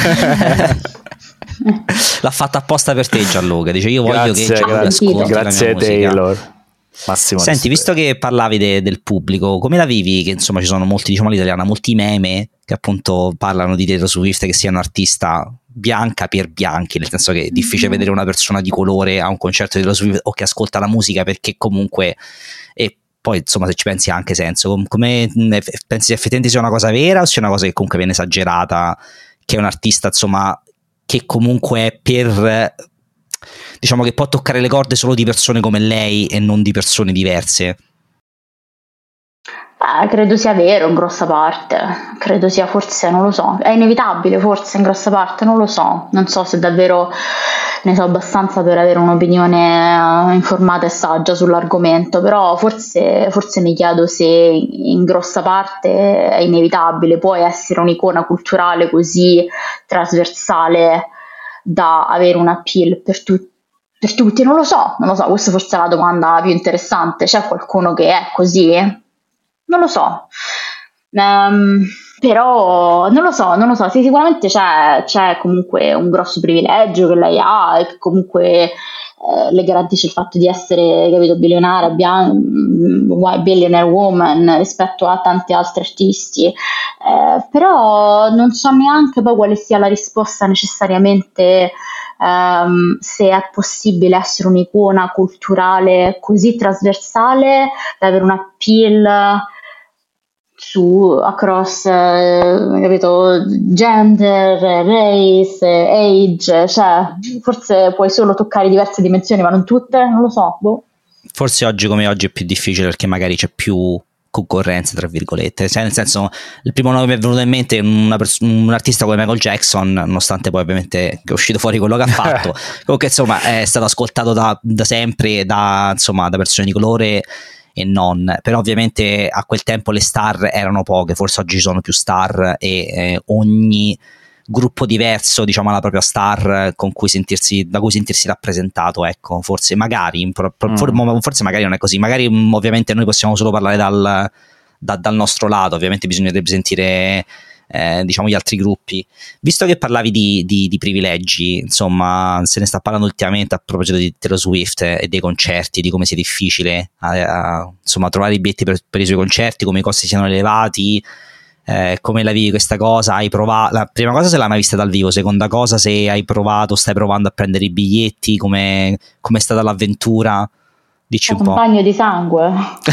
L'ha fatta apposta per te, Gianluca. Dice io voglio grazie, che Gianluca grazie, ascolti grazie la mia musica. Taylor. Massimo Senti, visto che parlavi de, del pubblico, come la vivi? Che insomma ci sono molti, diciamo all'italiana, molti meme che appunto parlano di Taylor Swift che sia un'artista bianca per bianchi, nel senso che è difficile vedere una persona di colore a un concerto di Taylor Swift o che ascolta la musica, perché comunque e poi insomma se ci pensi ha anche senso. Come pensi effettivamente sia una cosa vera o sia una cosa che comunque viene esagerata, che è un artista insomma che comunque è per, diciamo che può toccare le corde solo di persone come lei e non di persone diverse? Beh, credo sia vero in grossa parte, credo sia, forse, non lo so, è inevitabile forse in grossa parte, non lo so, non so se davvero ne so abbastanza per avere un'opinione informata e saggia sull'argomento, però forse, forse mi chiedo se in grossa parte è inevitabile. Puoi essere un'icona culturale così trasversale da avere un appeal per tutti. Per tutti, non lo so, non lo so, questa forse è la domanda più interessante. C'è qualcuno che è così? Non lo so, um, però non lo so, non lo so, sì, sicuramente c'è, c'è comunque un grosso privilegio che lei ha e che comunque eh, le garantisce il fatto di essere, capito, bilionaria, bian- billionaire woman rispetto a tanti altri artisti, eh, però non so neanche poi quale sia la risposta necessariamente. Um, se è possibile essere un'icona culturale così trasversale da avere un appeal su across eh, capito, gender, race, age, cioè forse puoi solo toccare diverse dimensioni ma non tutte, non lo so, boh. Forse oggi come oggi è più difficile perché magari c'è più concorrenza tra virgolette, cioè nel senso il primo nome che mi è venuto in mente è una pers- un artista come Michael Jackson, nonostante poi ovviamente che è uscito fuori quello che ha fatto comunque insomma è stato ascoltato da, da sempre da, insomma, da persone di colore e non, però ovviamente a quel tempo le star erano poche, forse oggi ci sono più star e eh, ogni gruppo diverso diciamo ha la propria star con cui sentirsi, da cui sentirsi rappresentato, ecco, forse magari mm. forse magari non è così, magari ovviamente noi possiamo solo parlare dal, da, dal nostro lato, ovviamente bisognerebbe sentire eh, diciamo gli altri gruppi. Visto che parlavi di, di, di privilegi, insomma se ne sta parlando ultimamente a proposito di Taylor Swift e dei concerti, di come sia difficile a, a, insomma trovare i biglietti per, per i suoi concerti, come i costi siano elevati. Eh, come la vivi questa cosa? Hai provato, la prima cosa se l'hai mai vista dal vivo, seconda cosa se hai provato, stai provando a prendere i biglietti, come è stata l'avventura? Dici un po'. Un bagno di sangue.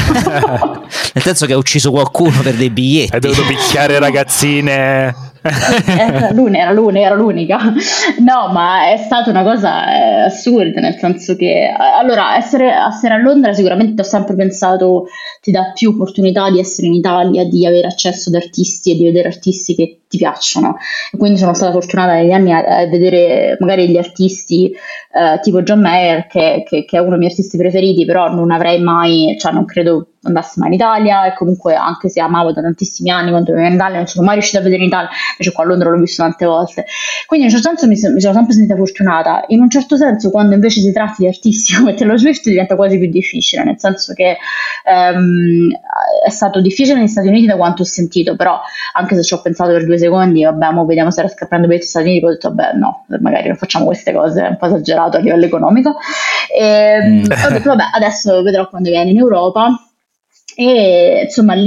Nel senso che hai ucciso qualcuno per dei biglietti. Hai dovuto picchiare ragazzine. Era l'unica, era l'unica, era l'unica. No, ma è stata una cosa eh, assurda, nel senso che allora essere, essere a Londra sicuramente ho sempre pensato ti dà più opportunità di essere in Italia, di avere accesso ad artisti e di vedere artisti che ti piacciono, e quindi sono stata fortunata negli anni a, a vedere magari gli artisti eh, tipo John Mayer che, che, che è uno dei miei artisti preferiti, però non avrei mai, cioè non credo andasse mai in Italia, e comunque anche se amavo da tantissimi anni quando vivevo in Italia non sono mai riuscita a vedere in Italia, invece qua a Londra l'ho visto tante volte, quindi in un certo senso mi, mi sono sempre sentita fortunata. In un certo senso quando invece si tratta di artisti come Taylor Swift diventa quasi più difficile, nel senso che ehm, è stato difficile negli Stati Uniti da quanto ho sentito, però anche se ci ho pensato per due secondi, vabbè, mo vediamo se riesco a prendere per gli Stati Uniti, ho detto vabbè no, magari non facciamo queste cose, è un po' esagerato a livello economico, e mm. ho detto vabbè adesso vedrò quando viene in Europa. E insomma lì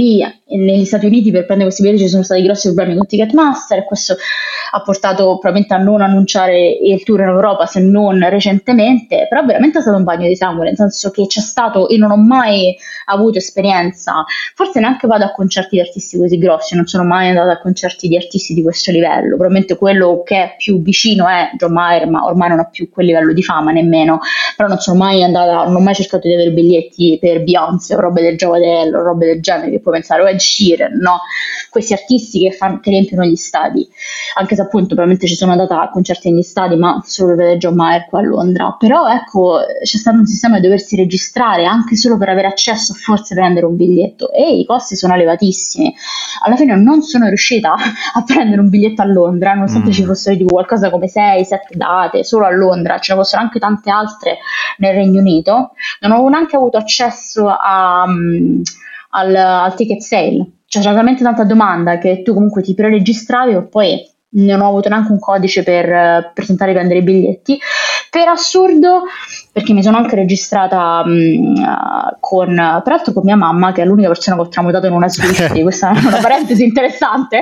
negli Stati Uniti per prendere questi biglietti ci sono stati grossi problemi con Ticketmaster, e questo ha portato probabilmente a non annunciare il tour in Europa se non recentemente, però veramente è stato un bagno di sangue, nel senso che c'è stato, io non ho mai avuto esperienza, forse neanche vado a concerti di artisti così grossi, non sono mai andata a concerti di artisti di questo livello, probabilmente quello che è più vicino è John Mayer, ma ormai non ha più quel livello di fama nemmeno, però non sono mai andata, non ho mai cercato di avere biglietti per Beyoncé o robe del giocadello, robe del genere, che puoi pensare, o Ed Sheeran, no? Questi artisti che, fanno, che riempiono gli stadi, anche se appunto probabilmente ci sono andata a concerti negli stadi, ma solo per vedere John Mayer qua a Londra, però ecco c'è stato un sistema di doversi registrare anche solo per avere accesso a forse prendere un biglietto, e i costi sono elevatissimi. Alla fine non sono riuscita a prendere un biglietto a Londra, nonostante mm. ci fossero tipo qualcosa come sei sette date solo a Londra, ce ne fossero anche tante altre nel Regno Unito. Non ho neanche avuto accesso a, um, al, al ticket sale, cioè c'era talmente tanta domanda che tu comunque ti preregistravi e poi non ho avuto neanche un codice per, per tentare di prendere i biglietti, per assurdo, perché mi sono anche registrata mh, con, peraltro con mia mamma, che è l'unica persona che ho tramutato in una Swift. Questa è una parentesi interessante.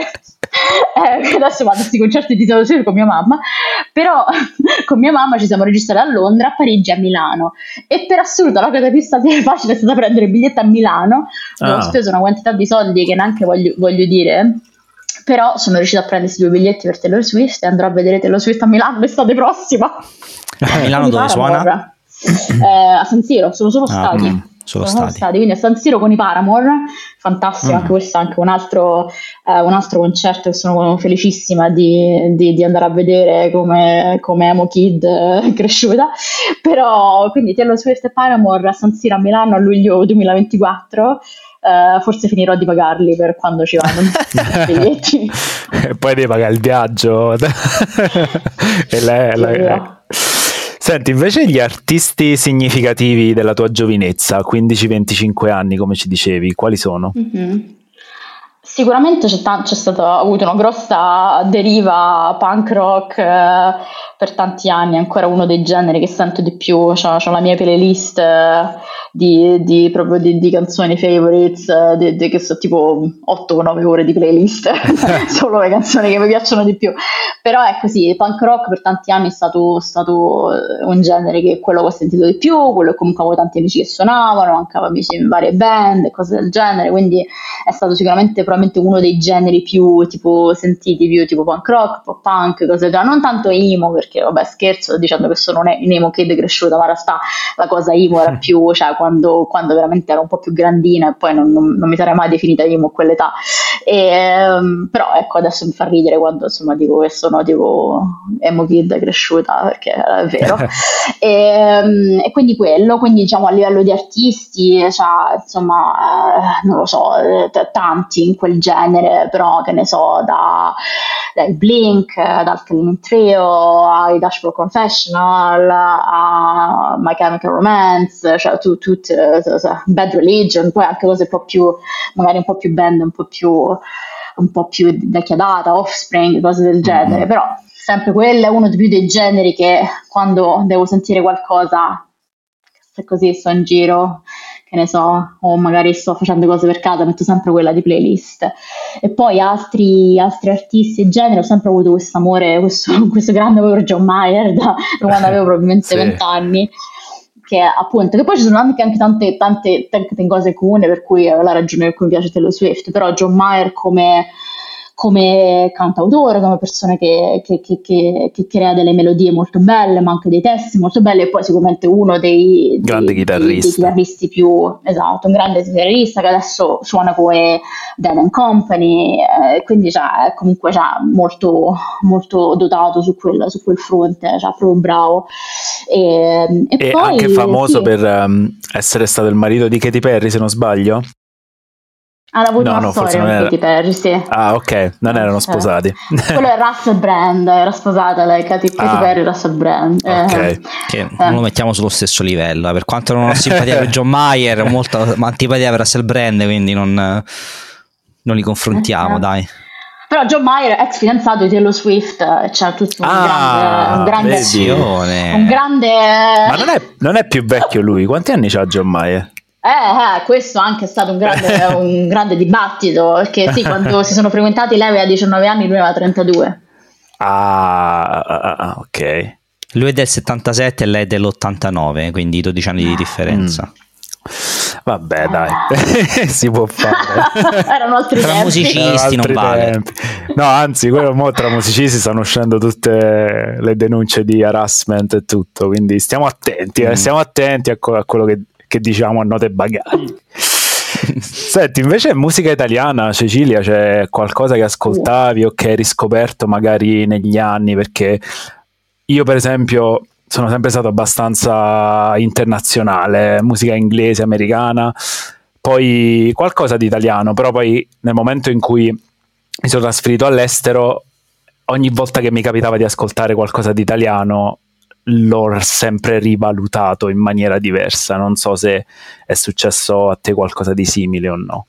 Eh, adesso vado a questi concerti di Taylor Swift con mia mamma, però con mia mamma ci siamo registrati a Londra, a Parigi e a Milano, e per assurdo la cosa più facile è stata prendere il biglietto a Milano. Ah. Ho speso una quantità di soldi che neanche voglio, voglio dire, però sono riuscita a prendere questi due biglietti per Taylor Swift e andrò a vedere Taylor Swift a Milano l'estate prossima. A Milano dove suona? Eh, a San Siro, sono solo stati. Ah, mm, solo sono stati. stati, quindi a San Siro con i Paramore, fantastico, mm. anche questo è anche un altro, eh, un altro concerto che sono felicissima di, di, di andare a vedere come, come emo kid eh, cresciuta, però quindi Taylor Swift e Paramore a San Siro a Milano a luglio duemilaventiquattro. Uh, forse finirò di pagarli per quando ci vanno i biglietti. E poi devi pagare il viaggio. E lei, lei, lei. Senti, invece gli artisti significativi della tua giovinezza, quindici venticinque anni, come ci dicevi, quali sono? Mm-hmm. Sicuramente c'è, t- c'è stata avuto una grossa deriva punk rock eh, per tanti anni, è ancora uno dei generi che sento di più, ho la mia playlist eh, di, di, proprio di, di canzoni favorites, eh, di, di, che so tipo otto o nove ore di playlist, solo le canzoni che mi piacciono di più, però è così, il punk rock per tanti anni è stato, stato un genere che è quello che ho sentito di più, quello che comunque avevo tanti amici che suonavano, anche avevo amici in varie band e cose del genere, quindi è stato sicuramente probabilmente uno dei generi più tipo sentiti, più tipo punk rock, pop punk, cose già, non tanto emo, perché vabbè scherzo dicendo che sono un emo kid cresciuta, ma in realtà la cosa emo era più, cioè quando, quando veramente ero un po' più grandina, e poi non, non, non mi sarei mai definita emo a quell'età, e, um, però ecco adesso mi fa ridere quando insomma dico che sono tipo emo kid cresciuta, perché è vero. e, um, e quindi quello, quindi diciamo a livello di artisti, cioè, insomma eh, non lo so, t- tanti in quel genere, però che ne so, da dai Blink, dal Killing Trio ai Dashboard Confessional a My Chemical Romance, cioè tu, tu, tu, Bad Religion, poi anche cose un po' più, magari un po' più band, un po' più un po' più vecchia data, Offspring, cose del genere, mm-hmm. però sempre quello è uno dei più dei generi che quando devo sentire qualcosa, se così sto in giro, che ne so, o magari sto facendo cose per casa, metto sempre quella di playlist. E poi altri, altri artisti e generi, ho sempre avuto questo amore, questo, questo grande amore per John Mayer da, da quando avevo probabilmente vent'anni, sì. Che appunto, che poi ci sono anche, anche tante, tante, tante cose comuni, per cui è la ragione per cui mi piace Taylor Swift, però John Mayer come... come cantautore, come persona che, che, che, che, che crea delle melodie molto belle, ma anche dei testi molto belli, e poi sicuramente uno dei, grande dei, chitarrista. dei, dei chitarristi più, esatto, un grande chitarrista che adesso suona come Dead and Company, eh, quindi cioè, comunque cioè, molto, molto dotato su quel, su quel fronte, cioè, proprio bravo. E, e, e poi, anche famoso sì. per um, essere stato il marito di Katy Perry, se non sbaglio. Hanno avuto no, una no, storia con era... Katy Perry, sì. Ah, ok, non erano sposati. Quello è Russell Brand, era sposata lei, Katy, Katy ah, Perry e Russell Brand. Ok. Eh. Che eh. non lo mettiamo sullo stesso livello, eh. Per quanto non ho simpatia per John Mayer, ho molta antipatia per Russell Brand, quindi non, non li confrontiamo, eh. dai. Però John Mayer, ex fidanzato di Taylor Swift, c'ha tutto un ah, grande... Un grande, un grande... Ma non è, non è più vecchio lui? Quanti anni c'ha John Mayer? Eh, eh, questo anche è stato un grande, un grande dibattito, perché sì, quando si sono frequentati lei aveva diciannove anni, lui aveva trentadue. Ah, ah, ah, ok. Lui è del settantasette e lei è dell'ottantanove, quindi dodici anni di differenza. Mm. Vabbè, dai, si può fare. Erano altri tra tempi. musicisti non vale. Tempi. No, anzi, quello mo tra musicisti stanno uscendo tutte le denunce di harassment e tutto, quindi stiamo attenti, eh, Mm. stiamo attenti a, co- a quello che, che diciamo a note bagagli. Senti, invece musica italiana, Cecilia, c'è qualcosa che ascoltavi o che hai riscoperto magari negli anni? Perché io, per esempio, sono sempre stato abbastanza internazionale, musica inglese, americana, poi qualcosa di italiano, però poi nel momento in cui mi sono trasferito all'estero, ogni volta che mi capitava di ascoltare qualcosa di italiano l'ho sempre rivalutato in maniera diversa. Non so se è successo a te qualcosa di simile o no.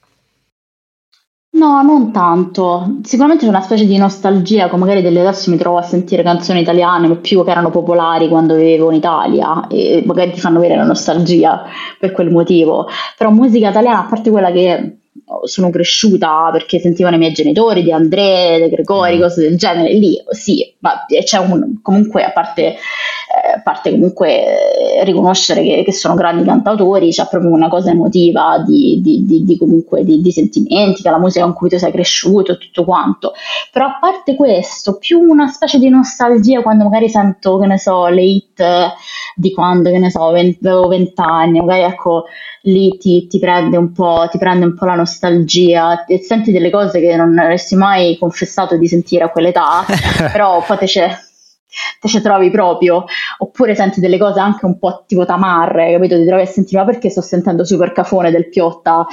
No, non tanto. Sicuramente c'è una specie di nostalgia, come magari delle adesso mi trovo a sentire canzoni italiane, ma più che erano popolari quando vivevo in Italia e magari ti fanno avere la nostalgia per quel motivo. Però musica italiana, a parte quella che sono cresciuta perché sentivano i miei genitori, di André, De Gregori, cose del genere, lì sì, ma c'è un, comunque a parte, eh, a parte comunque riconoscere che, che sono grandi cantautori, c'è proprio una cosa emotiva di, di, di, di comunque di, di sentimenti, che è la musica con cui tu sei cresciuto e tutto quanto. Però a parte questo, più una specie di nostalgia quando magari sento, che ne so, le hit di quando, che ne so, avevo vent'anni, magari ecco lì ti, ti prende un po', ti prende un po' la nostalgia e senti delle cose che non avresti mai confessato di sentire a quell'età, però poi te ce, te ce trovi proprio, oppure senti delle cose anche un po' tipo tamarre, capito? Ti trovi a sentire, ma perché sto sentendo Super Cafone del Piotta?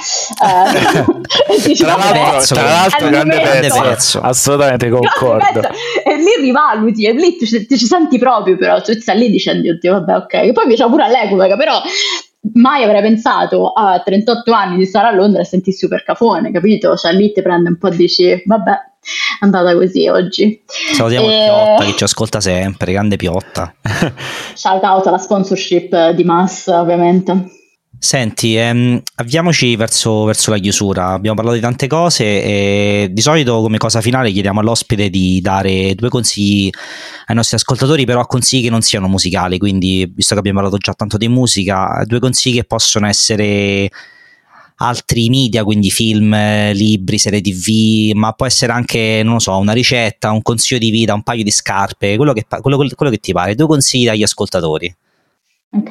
Eh, e dici, Tra vabbè, l'altro, tra l'altro è il grande momento. pezzo, assolutamente concordo. E lì rivaluti, e lì ti, ti ci senti proprio, però tu stai lì dicendo, oddio, vabbè, ok, che poi mi piaceva pure all'epoca, però mai avrei pensato a trentotto anni di stare a Londra e sentire Super Cafone, capito? Cioè lì ti prende un po' e dici, vabbè, è andata così oggi. Salutiamo e... il Piotta che ci ascolta sempre, grande Piotta. Shout out alla sponsorship di Mass, ovviamente. Senti, ehm, avviamoci verso, verso la chiusura. Abbiamo parlato di tante cose e di solito come cosa finale chiediamo all'ospite di dare due consigli ai nostri ascoltatori, però consigli che non siano musicali, quindi visto che abbiamo parlato già tanto di musica, due consigli che possono essere altri media, quindi film, libri, serie tv, ma può essere anche, non lo so, una ricetta, un consiglio di vita, un paio di scarpe, quello che, quello, quello che ti pare, due consigli agli ascoltatori. Ok.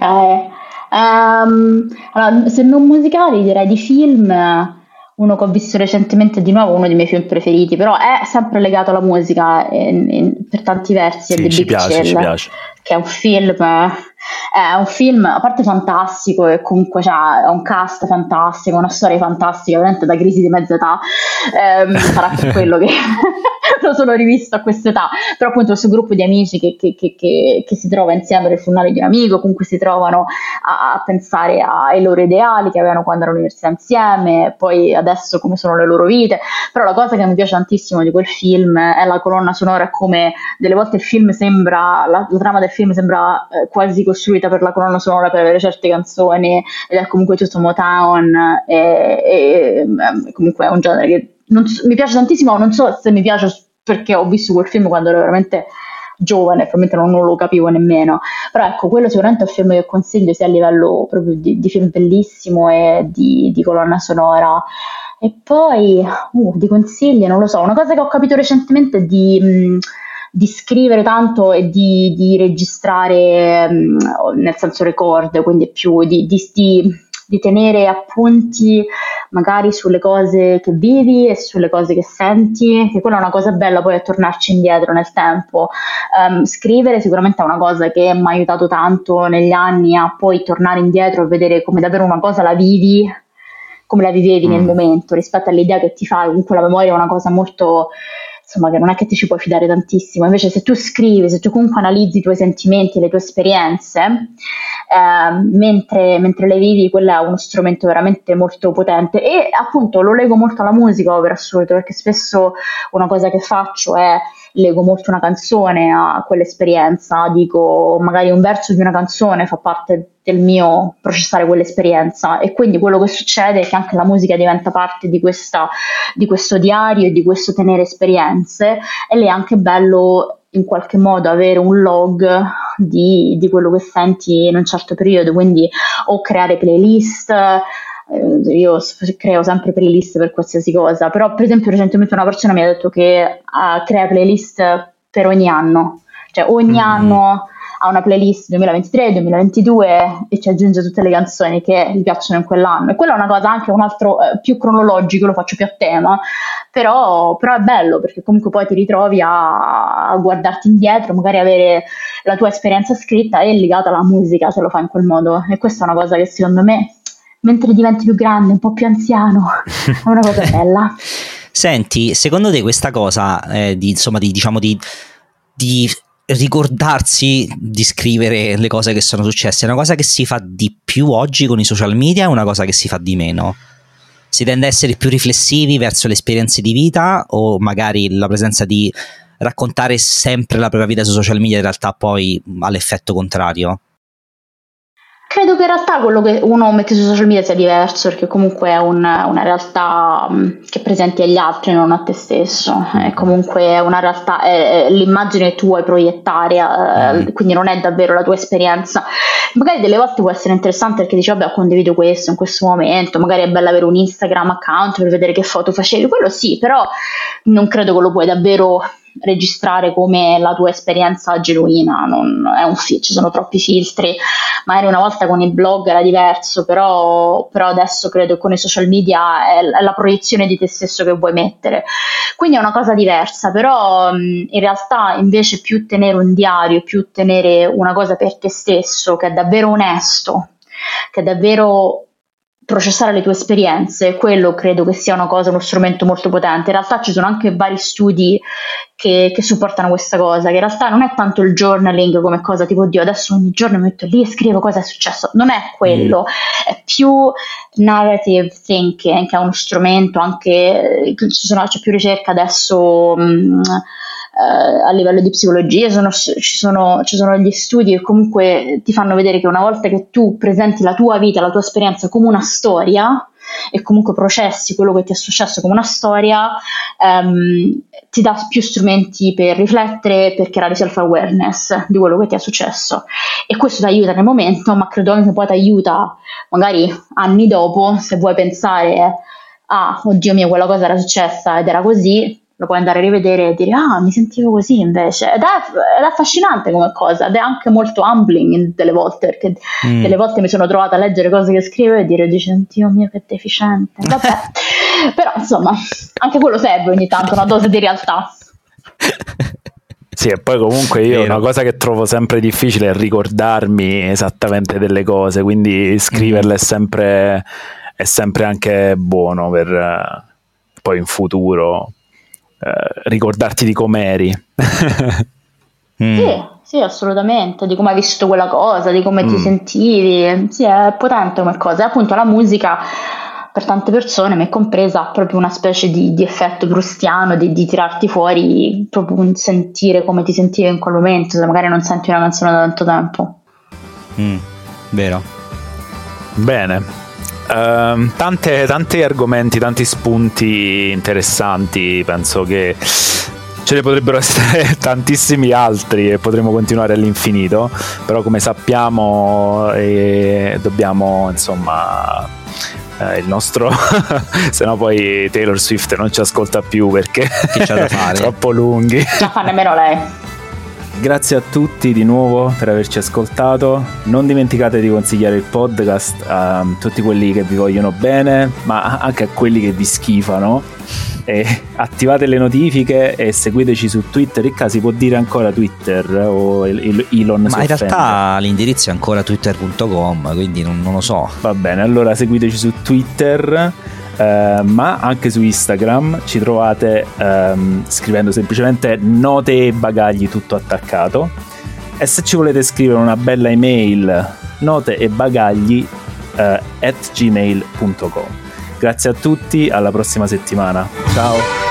Um, allora, se non musicali direi di film, uno che ho visto recentemente di nuovo, uno dei miei film preferiti, però è sempre legato alla musica in, in, per tanti versi, sì, è The ci Big piace, Chill, ci piace. Che è un film, è un film a parte fantastico e comunque c'ha un cast fantastico, una storia fantastica, veramente da crisi di mezza età, ehm, sarà per quello che lo sono rivisto a quest'età, però appunto questo gruppo di amici che, che, che, che, che si trova insieme nel funerale di un amico, comunque si trovano a, a pensare ai loro ideali che avevano quando erano all'università insieme, poi adesso come sono le loro vite. Però la cosa che mi piace tantissimo di quel film è la colonna sonora, come delle volte il film sembra, la, la trama del film sembra eh, quasi costruita per la colonna sonora, per avere certe canzoni, ed è comunque tutto Motown e, e, e comunque è un genere che non so, mi piace tantissimo, non so se mi piace perché ho visto quel film quando ero veramente giovane, probabilmente non, non lo capivo nemmeno, però ecco, quello sicuramente è un film che consiglio sia a livello proprio di, di film bellissimo e di, di colonna sonora. E poi uh, di consigli, non lo so, una cosa che ho capito recentemente è di, mh, di scrivere tanto e di, di registrare, mh, nel senso record, quindi più di, di, di, di tenere appunti magari sulle cose che vivi e sulle cose che senti, che quella è una cosa bella poi a tornarci indietro nel tempo. Um, scrivere sicuramente è una cosa che mi ha aiutato tanto negli anni a poi tornare indietro e vedere come davvero una cosa la vivi, come la vivevi mm. nel momento, rispetto all'idea che ti fai. Comunque la memoria è una cosa molto, insomma, che non è che ti ci puoi fidare tantissimo. Invece se tu scrivi, se tu comunque analizzi i tuoi sentimenti, le tue esperienze, eh, mentre, mentre le vivi, quello è uno strumento veramente molto potente. E appunto lo leggo molto alla musica per assurdo, perché spesso una cosa che faccio è lego molto una canzone a quell'esperienza, dico magari un verso di una canzone fa parte del mio processare quell'esperienza, e quindi quello che succede è che anche la musica diventa parte di, questa, di questo diario e di questo tenere esperienze, e lì è anche bello in qualche modo avere un log di, di quello che senti in un certo periodo, quindi o creare playlist. eh, io creo sempre playlist per qualsiasi cosa, però per esempio recentemente una persona mi ha detto che uh, crea playlist per ogni anno, cioè ogni mm-hmm. anno ha una playlist duemilaventitré duemilaventidue e ci aggiunge tutte le canzoni che gli piacciono in quell'anno, e quella è una cosa anche un altro eh, più cronologico, lo faccio più a tema, però, però è bello perché comunque poi ti ritrovi a, a guardarti indietro, magari avere la tua esperienza scritta e legata alla musica se lo fai in quel modo, e questa è una cosa che secondo me mentre diventi più grande, un po' più anziano, è una cosa bella. Senti, secondo te questa cosa eh, di insomma di diciamo di, di ricordarsi di scrivere le cose che sono successe è una cosa che si fa di più oggi con i social media, è una cosa che si fa di meno? Si tende a essere più riflessivi verso le esperienze di vita, o magari la presenza di raccontare sempre la propria vita su social media in realtà poi ha l'effetto contrario? Credo che in realtà quello che uno mette su social media sia diverso, perché comunque è un, una realtà che presenti agli altri, non a te stesso, è comunque una realtà, è, è l'immagine che tu vuoi proiettare, mm. eh, quindi non è davvero la tua esperienza. Magari delle volte può essere interessante perché dici vabbè, ho condiviso questo in questo momento, magari è bello avere un Instagram account per vedere che foto facevi, quello sì, però non credo che lo puoi davvero registrare come la tua esperienza genuina, non è un fi- ci sono troppi filtri. Magari una volta con il blog era diverso, però, però adesso credo che con i social media è, è la proiezione di te stesso che vuoi mettere, quindi è una cosa diversa. Però mh, in realtà invece più tenere un diario, più tenere una cosa per te stesso che è davvero onesto, che è davvero processare le tue esperienze, quello credo che sia una cosa, uno strumento molto potente. In realtà ci sono anche vari studi che, che supportano questa cosa, che in realtà non è tanto il journaling come cosa tipo oddio adesso ogni giorno mi metto lì e scrivo cosa è successo, non è quello, mm. è più narrative thinking, che è uno strumento anche, ci sono, c'è più ricerca adesso mh, Uh, a livello di psicologia, sono, ci, sono, ci sono degli studi che comunque ti fanno vedere che una volta che tu presenti la tua vita, la tua esperienza come una storia e comunque processi quello che ti è successo come una storia, um, ti dà più strumenti per riflettere, per creare self-awareness di quello che ti è successo, e questo ti aiuta nel momento, ma credo anche poi ti aiuta magari anni dopo, se vuoi pensare ah, oddio mio, quella cosa era successa ed era così, lo puoi andare a rivedere e dire ah, mi sentivo così invece, ed è, ed è affascinante come cosa, ed è anche molto humbling delle volte, perché mm. delle volte mi sono trovata a leggere cose che scrivo e dire Dio mio che deficiente, vabbè. Però insomma anche quello serve ogni tanto, una dose di realtà. Sì, e poi comunque io Vero. Una cosa che trovo sempre difficile è ricordarmi esattamente delle cose, quindi scriverle mm. è sempre è sempre anche buono per uh, poi in futuro Uh, ricordarti di com'eri. mm. Sì, sì, assolutamente, di come hai vissuto quella cosa, di come mm. ti sentivi. Sì, è potente come cosa. E appunto la musica per tante persone, me compresa, ha proprio una specie di, di effetto prustiano, di, di tirarti fuori proprio un sentire come ti sentivi in quel momento, se magari non senti una canzone da tanto tempo. Mm. Vero. Bene. Uh, tante, tanti argomenti, tanti spunti interessanti, penso che ce ne potrebbero essere tantissimi altri e potremo continuare all'infinito, però come sappiamo eh, dobbiamo insomma eh, il nostro se no poi Taylor Swift non ci ascolta più perché c'è da fare? Troppo lunghi, non fa nemmeno lei. Grazie a tutti di nuovo per averci ascoltato. Non dimenticate di consigliare il podcast a tutti quelli che vi vogliono bene, ma anche a quelli che vi schifano. E attivate le notifiche e seguiteci su Twitter. Ricca, si può dire ancora Twitter o Elon? Ma in realtà l'indirizzo è ancora twitter punto com, quindi non, non lo so. Va bene, allora seguiteci su Twitter. Uh, ma anche su Instagram ci trovate um, scrivendo semplicemente note e bagagli tutto attaccato, e se ci volete scrivere una bella email note e bagagli uh, at gmail punto com. Grazie a tutti, alla prossima settimana, ciao.